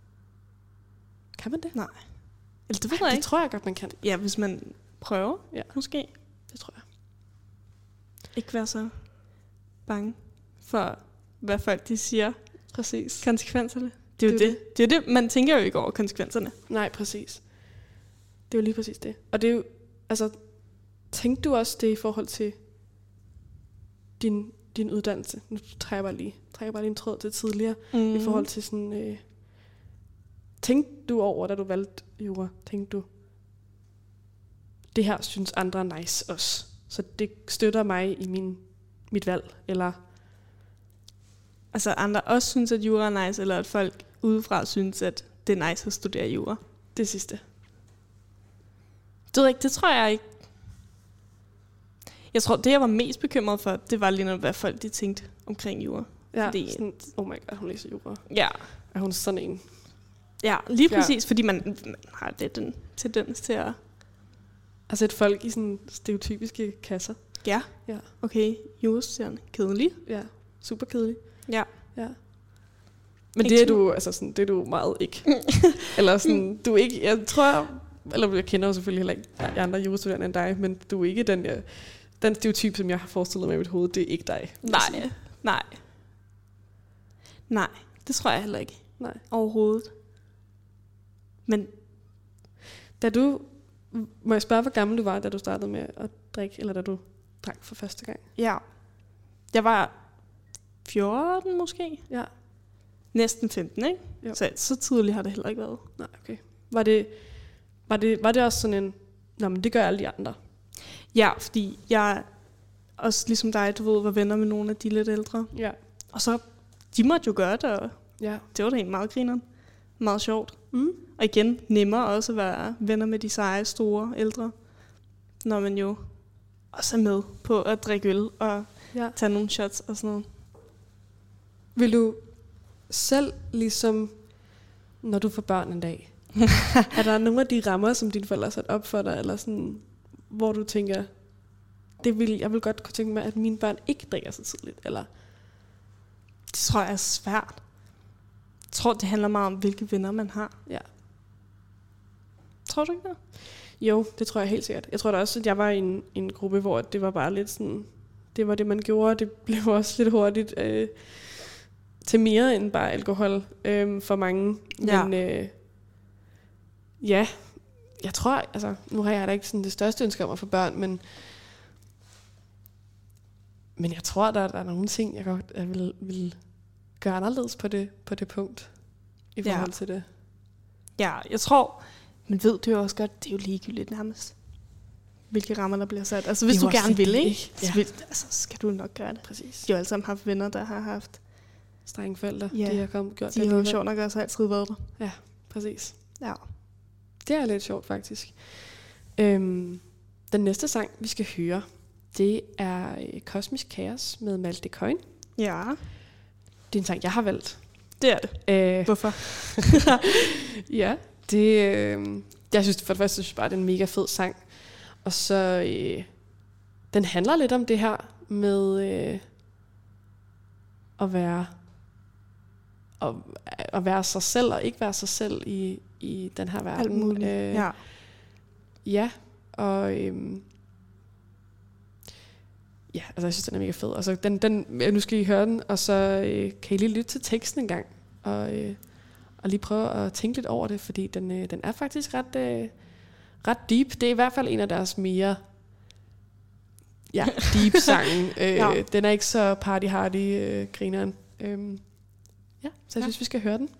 Kan man det? Nej. Eller det ved Ej, jeg det ikke. tror jeg godt, man kan. Ja, hvis man prøver, Ja. måske. Det tror jeg. Ikke være så bange for, hvad folk de siger. Præcis. Konsekvenserne. Det er jo Det er det. Det er det. Man tænker jo ikke over konsekvenserne. Nej, præcis. Det er jo lige præcis det. Og det er jo, altså, tænkte du også det i forhold til din, din uddannelse? Nu trækker jeg bare lige, trækker jeg bare lige en tråd til tidligere, mm. i forhold til sådan, øh, tænkte du over, da du valgte jura, tænkte du, det her synes andre er nice også, så det støtter mig i min, mit valg, eller? Altså andre også synes, at jura er nice, eller at folk udefra synes, at det er nice at studere jura. Det sidste. Det ved jeg ikke, det tror jeg ikke. Jeg tror, det jeg var mest bekymret for, det var lige noget, hvad folk de tænkte omkring jura. Ja, Fordi- sådan, oh my god, hun læser jura. Ja, Er hun sådan en? ja lige Ja. præcis, fordi man, man har lidt en tendens til at... Altså et folk i sådan stereotypiske kasser. Ja, Ja. okay, jurastuderende, kedelig. Ja, super kedelig. Ja. Ja. Men Ikke det er så- du, altså sådan, det er du meget ikke. Eller sådan, du er ikke, jeg tror, eller jeg kender jo selvfølgelig heller ikke de andre jurastuderende end dig, men du er ikke den, jeg, den stereotyp, som jeg har forestillet mig i mit hoved, det er ikke dig. Nej, nej. Nej, det tror jeg heller ikke. Nej. Overhovedet. Men Da du, må jeg spørge, hvor gammel du var, da du startede med at drikke, eller da du drak for første gang? ja, jeg var fjorten måske. Ja. Næsten femten, ikke? Jo. Så, så tidligt har det heller ikke været. Nej, okay. Var det, var det, var det også sådan en, nå, men det gør alle de andre? Ja, fordi jeg også ligesom dig, du ved, var venner med nogle af de lidt ældre. Ja. Og så, de måtte jo gøre det, og Ja. det var da egentlig meget grineren. Meget sjovt. Mm. Og igen, nemmere også at være venner med de seje, store ældre, når man jo også er med på at drikke øl og Ja. tage nogle shots og sådan noget. Vil du selv ligesom, når du får børn en dag, er der nogle af de rammer, som dine forældre har sat op for dig, eller sådan, hvor du tænker, det vil, jeg vil godt kunne tænke mig, at mine børn ikke drikker så tidligt, eller? Det tror jeg er svært. Jeg tror, det handler meget om, hvilke venner man har. Ja. Tror du ikke det? Jo, det tror jeg helt sikkert. Jeg tror da også, at jeg var i en, en gruppe, hvor det var bare lidt sådan, det var det, man gjorde, det blev også lidt hurtigt øh, til mere end bare alkohol øh, for mange. Ja. Men øh, ja, jeg tror, altså, nu har jeg da ikke sådan det største ønske om at få børn, men men jeg tror, der, der er nogle ting, jeg godt jeg vil, vil gøre anderledes på det, på det punkt, i Ja. forhold til det. Ja, jeg tror, men ved du jo også godt, det er jo ligegyldigt nærmest, hvilke rammer der bliver sat. Altså hvis Det er du jo også gerne vil, det, ikke? ikke? Så Ja. vil, altså, skal du nok gøre det. Præcis. De har jo alle sammen haft venner, der har haft. Strenge forældre, Ja. de har kommet, gjort De det har jo alligevel. sjovt nok også altid været der. Præcis. Ja. Det er lidt sjovt, faktisk. Øhm, den næste sang, vi skal høre, det er øh, Kosmisk Kaos med Malte Coyne. Ja, Det er en sang, jeg har valgt. det er det. Øh, Hvorfor? ja, det, øh, jeg synes for det første, synes jeg bare, det er en mega fed sang. Og så, øh, den handler lidt om det her med, øh, at være at, at være sig selv og ikke være sig selv i, i den her verden. Alt muligt. Øh, Ja. Ja, og øhm, ja, altså jeg synes, den er mega fed. Altså, den, den, nu skal I høre den, og så øh, kan I lige lytte til teksten en gang, og, øh, og lige prøve at tænke lidt over det, fordi den, øh, den er faktisk ret, øh, ret deep. Det er i hvert fald en af deres mere ja, deep sange. øh, Ja. Den er ikke så party-hardy øh, grineren. Øhm, ja, så jeg Ja. synes, vi skal høre den.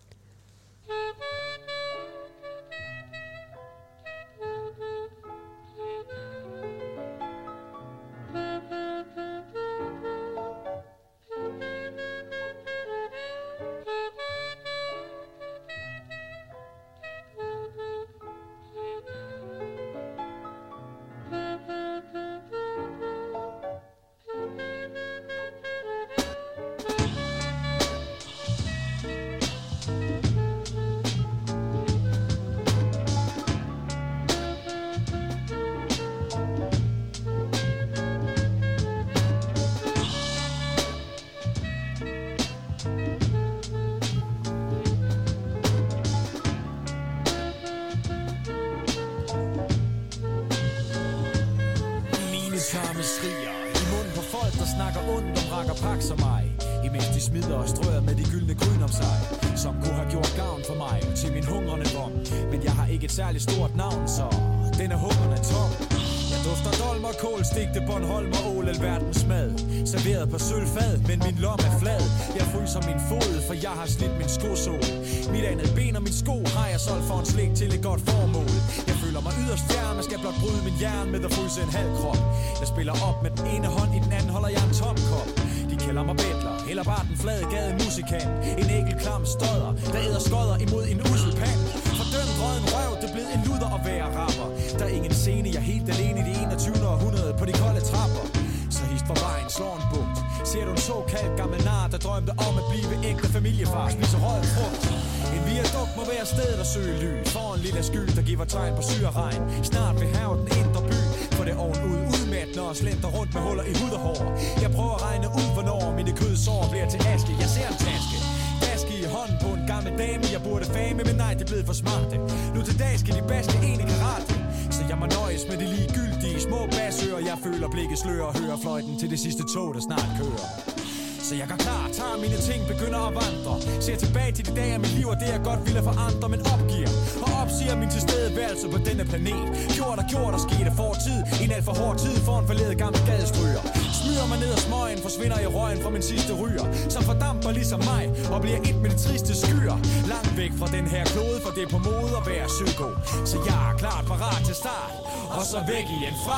Mine tarme skriger i munden på folk, der snakker ondt om rak og pak som mig. Imens de smider og strøger med de gyldne gryn om sig, som kunne have gjort gavn for mig til min hungrende vom. Men jeg har ikke et særligt stort navn, så den er hungrende tom. Jeg dufter dolmer, kål, stigte Bornholm og ål, alverdens mad. Serveret på sølvfad, men min lom er flad. Jeg fryser min fod, for jeg har slidt min skosål. Mit andet ben og min sko har jeg solgt for en slik til et godt formål. Jeg føler mig yderst fjern, men skal blot bryde min jern med at fryse en halv krop. Jeg spiller op med den ene hånd, i den anden holder jeg en tom kop. De kalder mig bætler, eller bare den flade gade musikant. En enkelt klam stodder, der æder skodder imod en ussel pand. Fordømt røden røv, det blev en luder at være rapper. Der er ingen scene, jeg er helt alene i det enogtyvende århundrede på de kolde trapper. Så hist for vejen slår en bugt. Ser du en såkaldt gammel nar, der drømte om at blive ægte familiefar, spiser røget frugt. En viadukt må være stedet at søge ly. For en lille sky, der giver tegn på syreregn. Snart vil have den indre by, for det ovenud udmattende og slenter rundt med huller i hud og hår. Jeg prøver at regne ud, hvornår mine kødsår bliver til aske. Jeg ser en taske, daske i hånden på en gammel dame. Jeg burde fame, men nej, det er blevet for smarte. Nu til dag skal de baske en i karate. Så jeg må nøjes med de ligegyldige små basører. Jeg føler blikket slører og hører fløjten til det sidste tog, der snart kører. Så jeg går klar, tager mine ting, begynder at vandre. Ser tilbage til de dage af mit liv, og det jeg godt ville forandre, men opgiver. Og opsiger min tilstedeværelse på denne planet. Gjort og gjort og skete fortid. En alt for hård tid for en forledet gammel gadestryger. Smyrer mig ned ad smøgen, forsvinder i røgen fra min sidste ryger. Som fordamper ligesom mig, og bliver et med de triste skyer. Langt væk fra den her klode, for det er på mode at være psyko. Så jeg er klart parat til start, og så væk igen fra.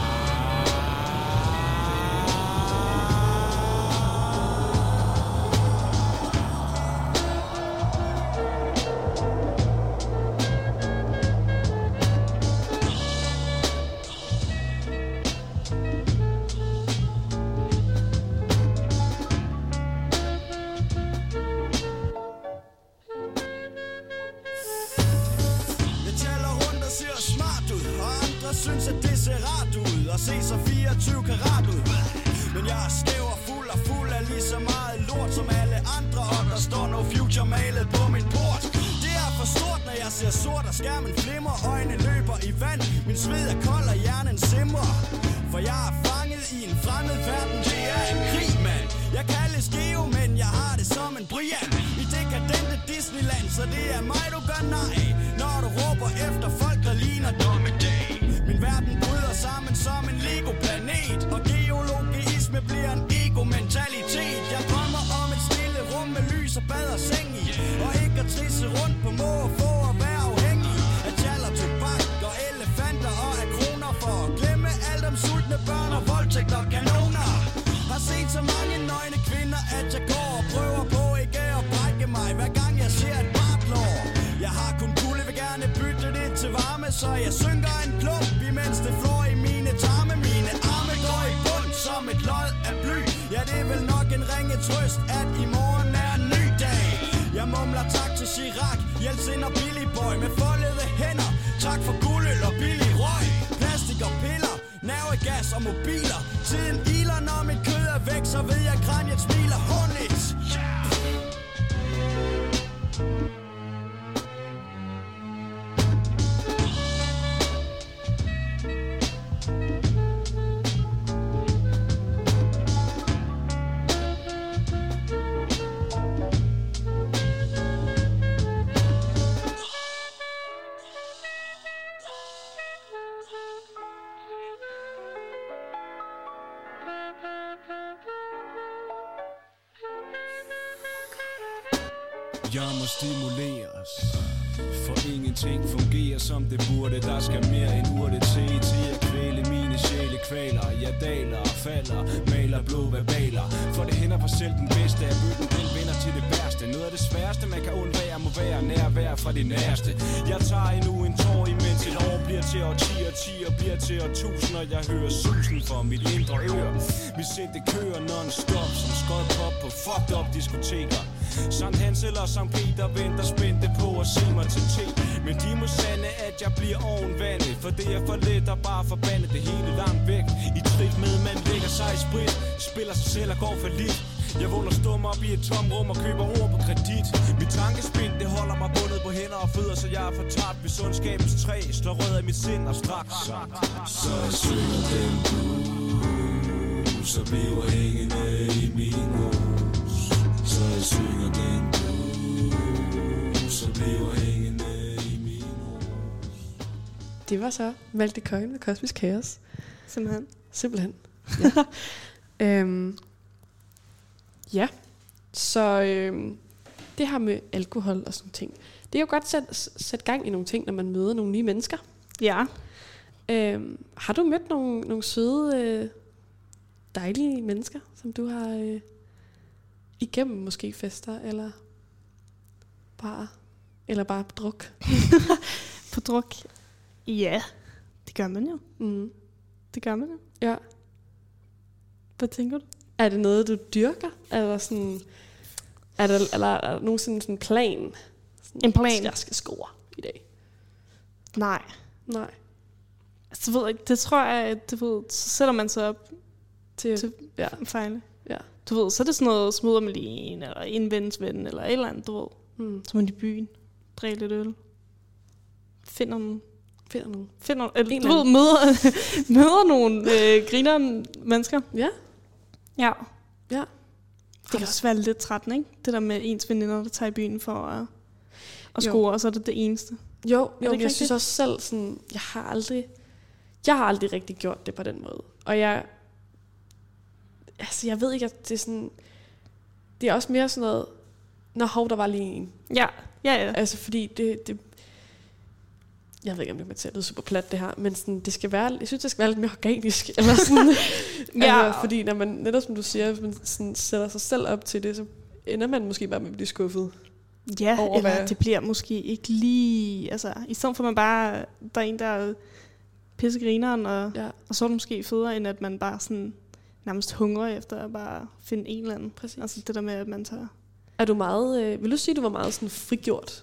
Synes at det ser rart ud og se så fireogtyve karat ud. Men jeg er skæv og fuld og fuld af lige så meget lort som alle andre. Og der står no future malet på min port. Det er for stort, når jeg ser sort og skærmen flimmer. Øjne løber i vand, min sved er kold og hjernen simrer. For jeg er fanget i en fremmed verden, det er en krig, mand. Jeg kaldes Geo, men jeg har det som en Brian i dekadente Disneyland, så det er mig du gør nej, når du råber efter folk der ligner dommedag. Min verden bryder sammen som en Lego-planet, og geologisme bliver en ego-mentalitet. Jeg drømmer om et stille rum med lys og bad og seng i, og ikke at trisse rundt på må og få at være afhængig af tjaller, tobak og elefanter og af kroner, for at glemme alt om sultne børn og voldtægt og kanoner. Har set så mange nøgne kvinder, at jeg går og prøver på ikke at brække mig, hver gang jeg ser et bartlår. Jeg har kun kulde, vil gerne bytte det til varme, så jeg synker en klump, imens det flår i mine tarme. Mine arme går i bund som et lod af bly. Ja, det er vel nok en ringe trøst, at i morgen er en ny dag. Jeg mumler tak til Chirac, Jeltsin og Billy Boy med foldede hænder. Tak for guldøl og billig røg, plastik og piller, nervegas og mobiler. Tiden iler, når mit kød er væk, så ved jeg, Kranjet smiler. Hun Jeg må stimuleres, for ingenting fungerer som det burde. Der skal mere end urte til, til at kvæle mine sjælekvaler. Jeg daler og falder, maler blå verbaler. For det hænder for selv den bedste af bøtten, den vinder til det værste. Noget af det sværeste man kan undvære må være nærvær fra de næreste. Jeg tager endnu en tår, imens et år bliver til årtier, tier bliver til årtusinder. Jeg hører susen for mit indre øre. Vi sind det kører non-stop som skød pop på fucked up diskoteker. Sankt Hans eller Sankt Peter venter spændte på at se mig til te. Men de må sande, at jeg bliver ovenvandet, for det er for let at bare forbande det hele langt væk. I trit med, man lægger sig i sprit, spiller sig selv og går for lidt. Jeg vågner stum op i et tomrum og køber ord på kredit. Mit tankespind, det holder mig bundet på hænder og fødder, så jeg er fortabt hvis ondskabens træ slår rødder i mit sind og straks. Så jeg synger den blues, så bliver hængende i min hus. Så jeg synger den blues, så bliver hængende i min hus. Det var så Malte Coyne med Kosmisk Kaos. Simpelthen. Simpelthen. Ja. øhm, ja. Så øhm, det her med alkohol og sådan ting, det er jo godt sætte sæt gang i nogle ting, når man møder nogle nye mennesker. Ja. Øhm, har du mødt nogle, nogle søde, øh, dejlige mennesker, som du har øh, igennem måske fester, eller bare, eller bare på druk? På druk? Ja, det gør man jo. Mm. Det gør man jo. Ja. Hvad tænker du? Er det noget, du dyrker? Er der sådan, er der, eller er der nogensinde sådan en plan? Sådan, En plan? Jeg skal score i dag. Nej. Nej. Altså, det ved jeg ikke. Det tror jeg, det ved, så sætter man sig op Til, til ja. fejle. Ja. Du ved, så er det sådan noget smooth med lige en, eller en vens ven, eller et eller andet, du ved. Mm. Så er man i byen, drikker lidt øl, finder nogle, Finder nogen. finder, eller, En du ved, møder, møder nogle øh, griner mennesker. Ja. Ja. Ja. Det kan også være lidt trættende, ikke? Det der med ens veninder, der tager i byen for at, at Jo. score, og så er det det eneste. Jo, jo ikke jeg synes rigtigt? også selv sådan, jeg har aldrig, jeg har aldrig rigtig gjort det på den måde. Og jeg, altså jeg ved ikke, at det er sådan, det er også mere sådan noget, når hov, der var lige en. Ja, ja, ja. Altså fordi det, det jeg ved ikke, om det kommer til at lyde super plat det her, men sådan, det skal være, jeg synes, det skal være lidt mere organisk. Eller sådan. Ja. Altså, fordi når man, netop som du siger, hvis man sådan sætter sig selv op til det, så ender man måske bare med at blive skuffet. Ja, over, eller hvad- det bliver måske ikke lige, altså i stedet for at man bare, der er en, der er pissegrineren, og, Ja, og så er det måske federe, end at man bare sådan nærmest hungrer efter at bare finde en eller anden. præcis. Altså det der med, at man tager... Er du meget, øh, vil du sige, du var meget sådan frigjort?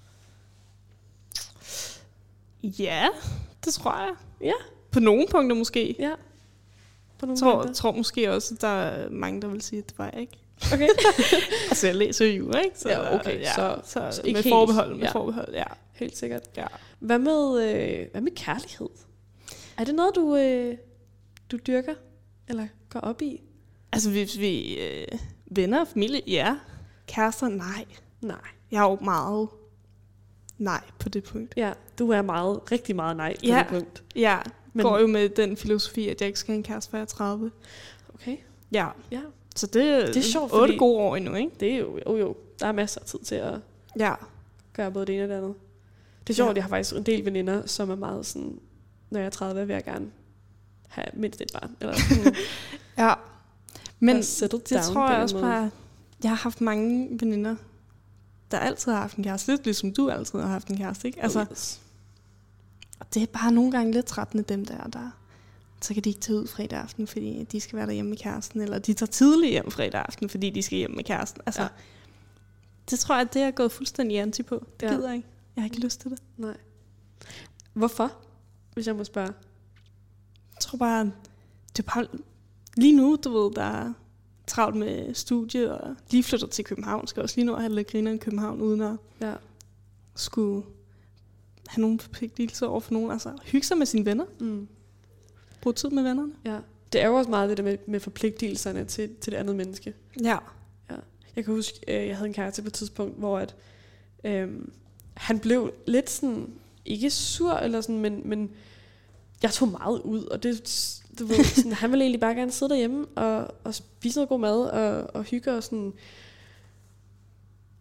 Ja, det tror jeg. Ja. På nogle punkter måske. Ja. På nogle Jeg tror, punkter. tror måske også, at der er mange, der vil sige, at det var jeg ikke. Okay. Altså jeg læser jo jura, ikke? Så, Ja, okay, ja, så- så, så ikke med helt. forbehold, med Ja. forbehold, ja. Helt sikkert. ja. Hvad med, øh, hvad med kærlighed? Er det noget, du, øh, du dyrker? Eller går op i? Altså hvis vi øh, venner og familie, ja. Kærester, nej. Nej. Jeg er jo meget nej på det punkt. Ja, du er meget, rigtig meget nej på Ja. det punkt. Jeg Men- Men, går jo med den filosofi, at jeg ikke skal have en kæreste, før jeg er tredive. Okay. Ja. Ja. Så det, Det er sjovt, otte fordi- gode år endnu, ikke? Det er jo, jo, jo. Der er masser af tid til at Ja. gøre både det ene og det andet. Det er sjovt, Ja. at jeg har faktisk en del veninder, som er meget sådan, når jeg er tredive, vil jeg gerne have mindst et barn. Eller sådan, Ja. Men bare settle det down tror på jeg en også måde. bare... Jeg har haft mange veninder, der altid har haft en kæreste. Lidt ligesom du altid har haft en kæreste, ikke? Altså, Oh, yes. og det er bare nogle gange lidt trættende, dem der, der... Så kan de ikke tage ud fredag aften, fordi de skal være derhjemme med kæresten. Eller de tager tidligt hjem fredag aften, fordi de skal hjem med kæresten. Altså, Ja. ja. Det tror jeg, det er gået fuldstændig anti på. Det Ja. gider jeg ikke. Jeg har ikke lyst til det. Nej. Hvorfor? Hvis jeg må spørge. Jeg tror bare, det er bare... Lige nu, du ved, der er travlt med studie, og lige flytter til København. Skal også lige nu have lidt griner i København, uden at Ja. skulle have nogle forpligtelser over for nogen. Altså, hygge sig med sine venner. Mm. Brug tid med vennerne. Ja. Det er jo også meget det der med, med forpligtelserne til, til det andet menneske. Ja. Ja. Jeg kan huske, øh, jeg havde en kæreste på et tidspunkt, hvor at, øh, han blev lidt sådan, ikke sur, eller sådan, men, men jeg tog meget ud, og det, du ved, sådan, han ville egentlig bare gerne sidde derhjemme og, og spise noget god mad og, og hygge og sådan.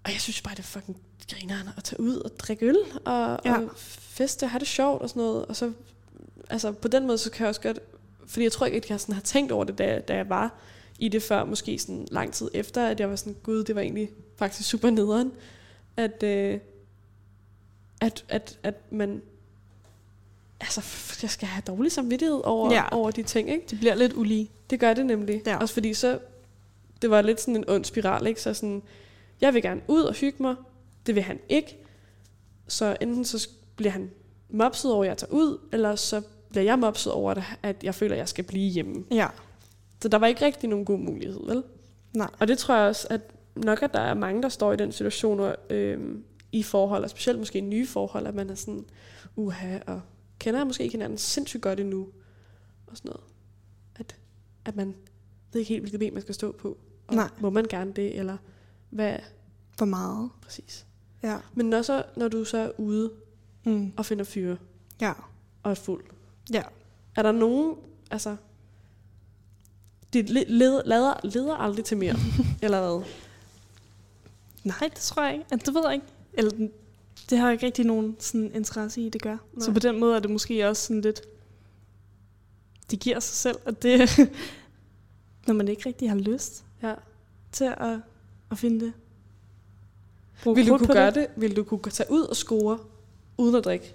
Og jeg synes bare, det er fucking grineren at tage ud og drikke øl, og, Ja. og feste, have det sjovt og sådan noget. Og så, altså på den måde, så kan jeg også godt, fordi jeg tror ikke, at jeg sådan har tænkt over det, da, da jeg var i det før, måske sådan lang tid efter, at jeg var sådan, gud, det var egentlig faktisk super nederen, at, øh, at, at, at man, altså, jeg skal have dårlig samvittighed over, Ja. over de ting, ikke? Det bliver lidt ulige. Det gør det nemlig. Ja. Også fordi så, det var lidt sådan en ond spiral, ikke? Så sådan, jeg vil gerne ud og hygge mig, det vil han ikke. Så enten så bliver han mopset over, at jeg tager ud, eller så bliver jeg mopset over, det, at jeg føler, at jeg skal blive hjemme. Ja. Så der var ikke rigtig nogen god mulighed, vel? Nej. Og det tror jeg også, at nok at der er mange, der står i den situation, hvor, øh, i forhold, og specielt måske i nye forhold, at man er sådan, uha, og kender jeg måske ikke hinanden sindssygt godt endnu, og sådan noget. At, at man ved ikke helt, hvilket ben man skal stå på. Og Nej. må man gerne det, eller hvad For meget. præcis. Ja. Men også når du så er ude Mm. og finder fyre Ja. og er fuld. Ja. Er der nogen, altså, det leder, leder, leder aldrig til mere, eller hvad? Nej, det tror jeg ikke. Altså, det ved jeg ikke. Eller, det har jeg ikke rigtig nogen sådan, interesse i, det gør. Nej. Så på den måde er det måske også sådan lidt, det giver sig selv, at det, når man ikke rigtig har lyst Ja. til at, at finde det. Brug Vil du krudt kunne på gøre det? Vil du kunne tage ud og score uden at drikke?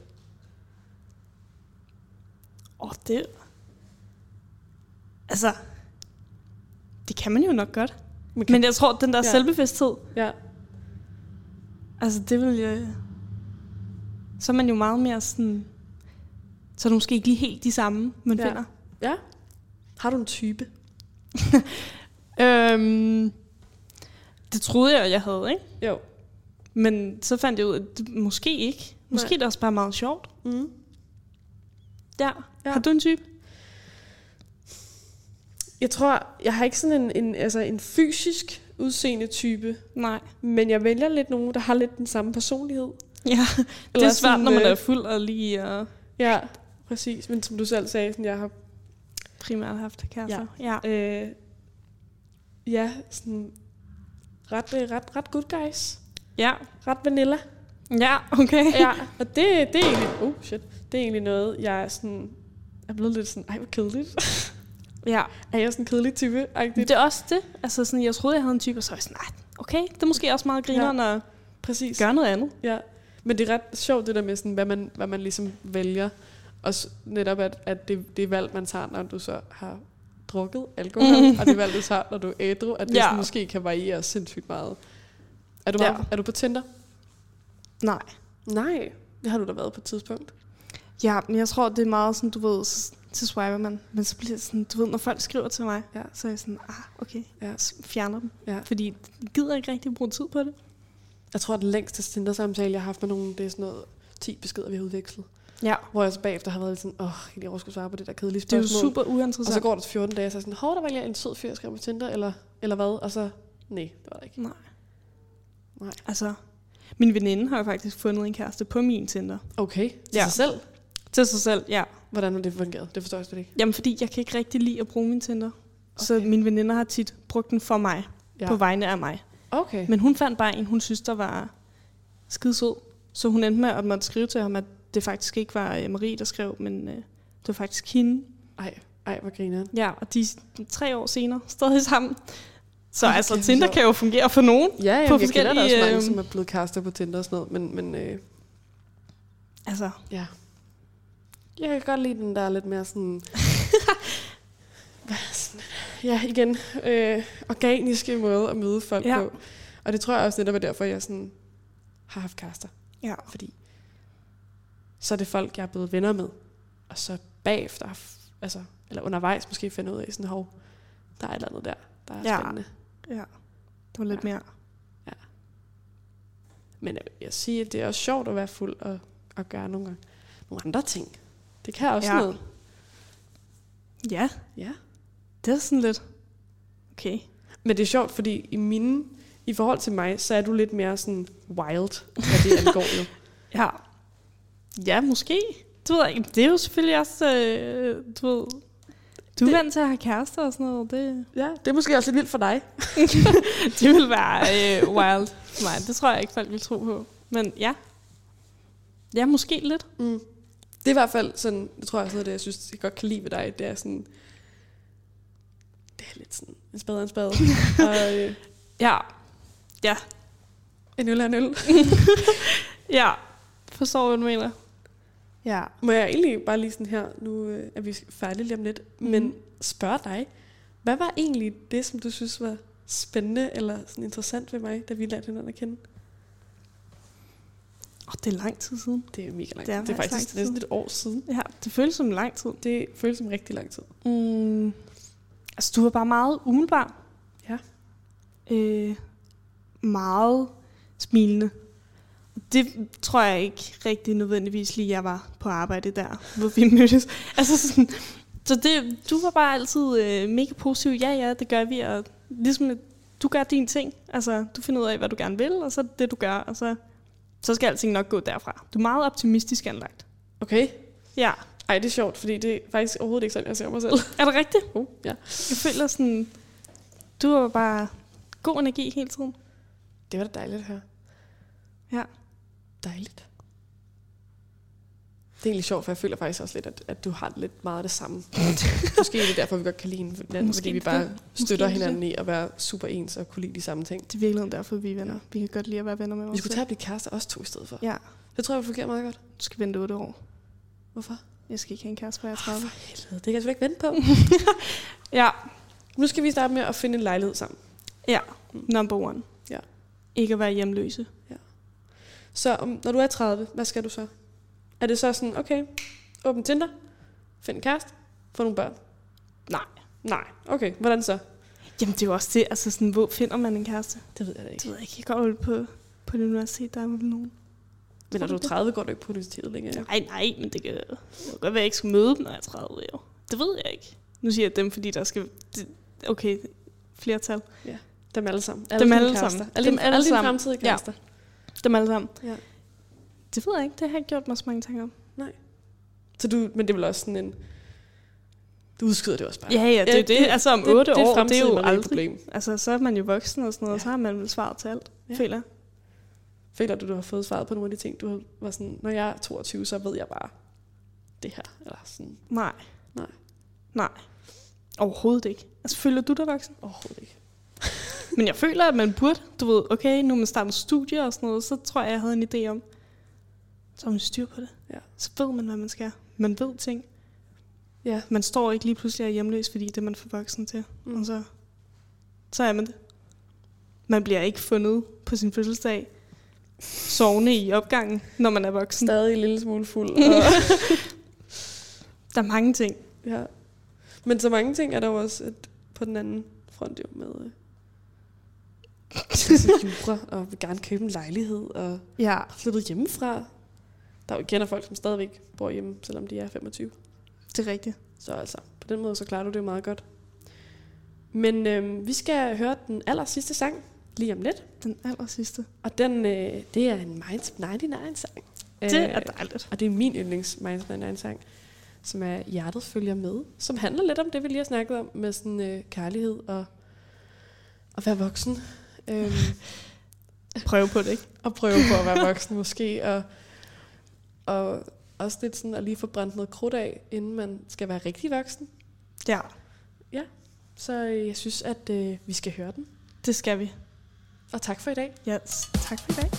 Åh, oh, det... Altså, det kan man jo nok godt. Men, Men jeg tror, at den der Ja. ja. selvbevidsthed, ja. altså det vil jeg... Så er man jo meget mere sådan... Så er det måske ikke lige helt de samme, man Ja. finder. Ja. Har du en type? Øhm, det troede jeg, jeg havde, ikke? Jo. Men så fandt jeg ud af, at det måske ikke. Måske Nej. er det også bare meget sjovt. Mm. Ja. Ja. Har du en type? Jeg tror, jeg har ikke sådan en, en, altså en fysisk udseende type, Nej. men jeg vælger lidt nogen, der har lidt den samme personlighed. Ja, det Eller er svært, sådan, når man øh, er fuld og lige og Ja, præcis. Men som du selv sagde, sådan, jeg har primært haft kærester. Ja. Ja. øh, ja, sådan ret, øh, ret, ret good guys. Ja. Ret vanilla. Ja, okay. Ja, og det, det er egentlig, oh shit, det er egentlig noget, jeg er sådan, er blevet lidt sådan, ej hvor kedeligt. Ja. Er jeg sådan en kedelig type? Det er også det. Altså sådan, jeg troede, jeg havde en type, og så var jeg sådan, nej, okay, det er måske også meget grineren ja. at Præcis. gøre noget andet. Ja, men det er ret sjovt det der med, sådan, hvad, man, hvad man ligesom vælger. Og s- netop, at, at det, det er valg, man tager, når du så har drukket alkohol, Mm. og det er valg, du tager, når du er ædru, at det Ja. sådan, måske kan variere sindssygt meget. Er du, meget, Ja. er du på Tinder? Nej. Nej, det har du da været på et tidspunkt. Ja, men jeg tror, det er meget sådan, du ved, så, så swiper man. Men så bliver det sådan, du ved, når folk skriver til mig, Ja. så er jeg sådan, ah, okay, Ja. så fjerner dem. Ja. Fordi jeg gider ikke rigtig bruge tid på det. Jeg tror, at den længste Tinder-samtale, jeg har haft med nogen, det er sådan noget ti beskeder, vi har udvekslet. Ja. Hvor jeg så bagefter har været lidt sådan, åh, kan jeg lige overskue svare på det der kedelige Det er spørgsmål. jo super Og uinteressant. så går der til fjorten dage, så er jeg sådan, hov, der var lige en sød fyr, jeg skrev på Tinder, eller, eller hvad? Og så, nej, det var der ikke. Nej. Nej. Altså, min veninde har jo faktisk fundet en kæreste på min Tinder. Okay, til Ja. sig selv. Til sig selv, ja. Hvordan har det fungeret? Det forstår jeg slet ikke. Jamen, fordi jeg kan ikke rigtig lide at bruge min Tinder. Okay. Så mine veninder har tit brugt den for mig, Ja. ja. på vegne af mig. Okay. Men hun fandt bare en, hun synes, der var skidesød. Så hun endte med at måtte skrive til ham, at det faktisk ikke var øh, Marie, der skrev, men øh, det var faktisk hende. Ej, ej, hvor grineren. Ja, og de er tre år senere stadig sammen. Så Okay, altså, så- Tinder kan jo fungere for nogen. Ja, ja på jeg kender der også forskellige, mange, øh, som er blevet kærester på Tinder og sådan noget, men, men øh, Altså, ja. Jeg kan godt lide den der lidt mere sådan... hvad, sådan ja, igen, øh, organiske måde at møde folk Ja. på. Og det tror jeg også netop er derfor, jeg sådan har haft kærester. ja. Fordi så er det folk, jeg er blevet venner med. Og så bagefter, altså, eller undervejs måske finde ud af sådan, hov, der er et eller andet der, der er Ja. spændende. ja. Det var lidt Ja. mere. Men jeg, jeg siger, at det er også sjovt at være fuld og, og gøre nogle, gange, nogle andre ting. Det kan også Ja. noget. Ja, Ja. det er sådan lidt. Okay. Men det er sjovt, fordi i mine, i forhold til mig, så er du lidt mere sådan wild, hvad det angår jo. Ja. Ja, måske. Du ved ikke, det er jo selvfølgelig også, øh, du ved, du er Det- vant til at have kærester og sådan noget. Det, Ja, det er måske også lidt vildt for dig. det vil være øh, wild. for mig. Det tror jeg ikke, folk vil tro på. Men ja. Ja, måske lidt. Mm. Det er i hvert fald sådan, det tror jeg også noget af det, jeg synes, jeg godt kan lide ved dig. Det er sådan, det er lidt sådan en spade og en spade. og øh, Ja. Ja. en øl er en øl. Ja. Forstår, hvad du mener. Ja. Må jeg egentlig bare lige sådan her, nu øh, er vi færdige lige om lidt, mm. men spørge dig, hvad var egentlig det, som du synes var spændende eller sådan interessant ved mig, da vi lærte hinanden at kende? Åh, det er lang tid siden. Det er mega lang tid. Det er Det er faktisk faktisk lang tid næsten et år siden. Ja, det føles som lang tid. Det føles som rigtig lang tid. Mm. Altså, du var bare meget umiddelbar. Ja. Øh, meget smilende. Det tror jeg ikke rigtig nødvendigvis lige, jeg var på arbejde der, hvor vi mødtes. Altså sådan, så det, du var bare altid øh, mega positiv. Ja, ja, det gør vi. Og ligesom, at du gør dine ting. Altså, du finder ud af, hvad du gerne vil, og så det, du gør. Og så, så skal alting nok gå derfra. Du er meget optimistisk anlagt. Okay. Ja. Ej, det er sjovt, fordi det er faktisk overhovedet ikke sådan, jeg ser mig selv. Er det rigtigt? Oh, ja. Jeg føler sådan, du har bare god energi hele tiden. Det var da dejligt at høre. Ja. Dejligt. Det er egentlig sjovt, for jeg føler faktisk også lidt, at, at du har lidt meget af det samme. Måske er det derfor, vi godt kan lide hinanden, fordi vi bare støtter hinanden i at være super ens og kunne lide de samme ting. Det er virkelig derfor, vi er venner. Vi kan godt lide at være venner med Vi os. skulle tage at blive kærester os to i stedet for. Ja. Det tror jeg, det fungerer meget godt. Du skal vente otte år. Hvorfor? Jeg skal ikke have en kæreste, før jeg er Oh, tredive. for helvede, det kan jeg sgu ikke vente på. Ja. Nu skal vi starte med at finde en lejlighed sammen. Ja. Number one. Ja. Ikke at være hjemløse. Så om, når du er tredive, hvad skal du så? Er det så sådan, okay, åbn Tinder, find en kæreste, få nogle børn? Nej. Nej, okay, hvordan så? Jamen det er jo også det. Altså sådan, hvor finder man en kæreste? Det ved jeg da ikke. Det ved jeg ikke. Jeg går vel på, på det universitet, der er vel nogen. Men når du er tredive, går du ikke på universitetet længere. Nej, nej, men det kan det kan godt være, at jeg ikke skal møde dem, når jeg er tredive. Jo. Det ved jeg ikke. Nu siger jeg dem, fordi der skal... Det, okay, flertal. Ja, dem alle sammen. Dem dine alle kærester. sammen. Alle, Dem alle, alle alle dine sammen. fremtidige kærester. Dem alle sammen. Ja. Det ved jeg ikke. Det har jeg ikke gjort mig så mange tanker om. Nej. Så du, men det er vel også sådan en... Du udskyder det også bare. Ja, ja, det er det, det. Altså om det, otte det, det år, det er jo aldrig. Problem. Altså, så er man jo voksen og sådan noget, ja. Og så har man vel svaret til alt, Ja. føler jeg. Føler du, du har fået svaret på nogle af de ting, du har var sådan, når jeg er toogtyve, så ved jeg bare det her. Eller sådan. Nej. Nej. Nej. Overhovedet ikke. Altså, føler du dig voksen? Overhovedet ikke. Men jeg føler, at man burde, du ved, okay, nu man starter studier og sådan noget, så tror jeg, jeg havde en idé om, så har man styr på det. Ja. Så ved man, hvad man skal. Man ved ting. Ja. Man står ikke lige pludselig og er hjemløs, fordi det er man for voksen til. Mm. Og så, så er man det. Man bliver ikke fundet på sin fødselsdag, sovende i opgangen, når man er voksen. Stadig en lille smule fuld. Og Der er mange ting. ja. Men så mange ting er der jo også et, på den anden front jo med øh, altså jura, og vil gerne købe en lejlighed, og Ja. flyttet hjemmefra. Der er jo kender folk, som stadigvæk bor hjemme, selvom de er femogtyve. Det er rigtigt. Så altså, på den måde, så klarer du det jo meget godt. Men øh, vi skal høre den aller sidste sang, lige om lidt. Den aller sidste. Og den, øh, det er en Minds nioghalvfems-sang. Det er dejligt. Og det er min yndlings Minds nioghalvfems-sang, som er Hjertet følger med, som handler lidt om det, vi lige har snakket om, med sådan øh, kærlighed og at være voksen. Øhm, Prøv på det, ikke? og prøve på at være voksen måske, og, og også lidt sådan at lige få brændt noget krudt af, inden man skal være rigtig voksen. Ja. Ja, så øh, jeg synes, at øh, vi skal høre den. Det skal vi. Og tak for i dag. Yes. Tak for i dag.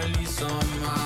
ligesom mig.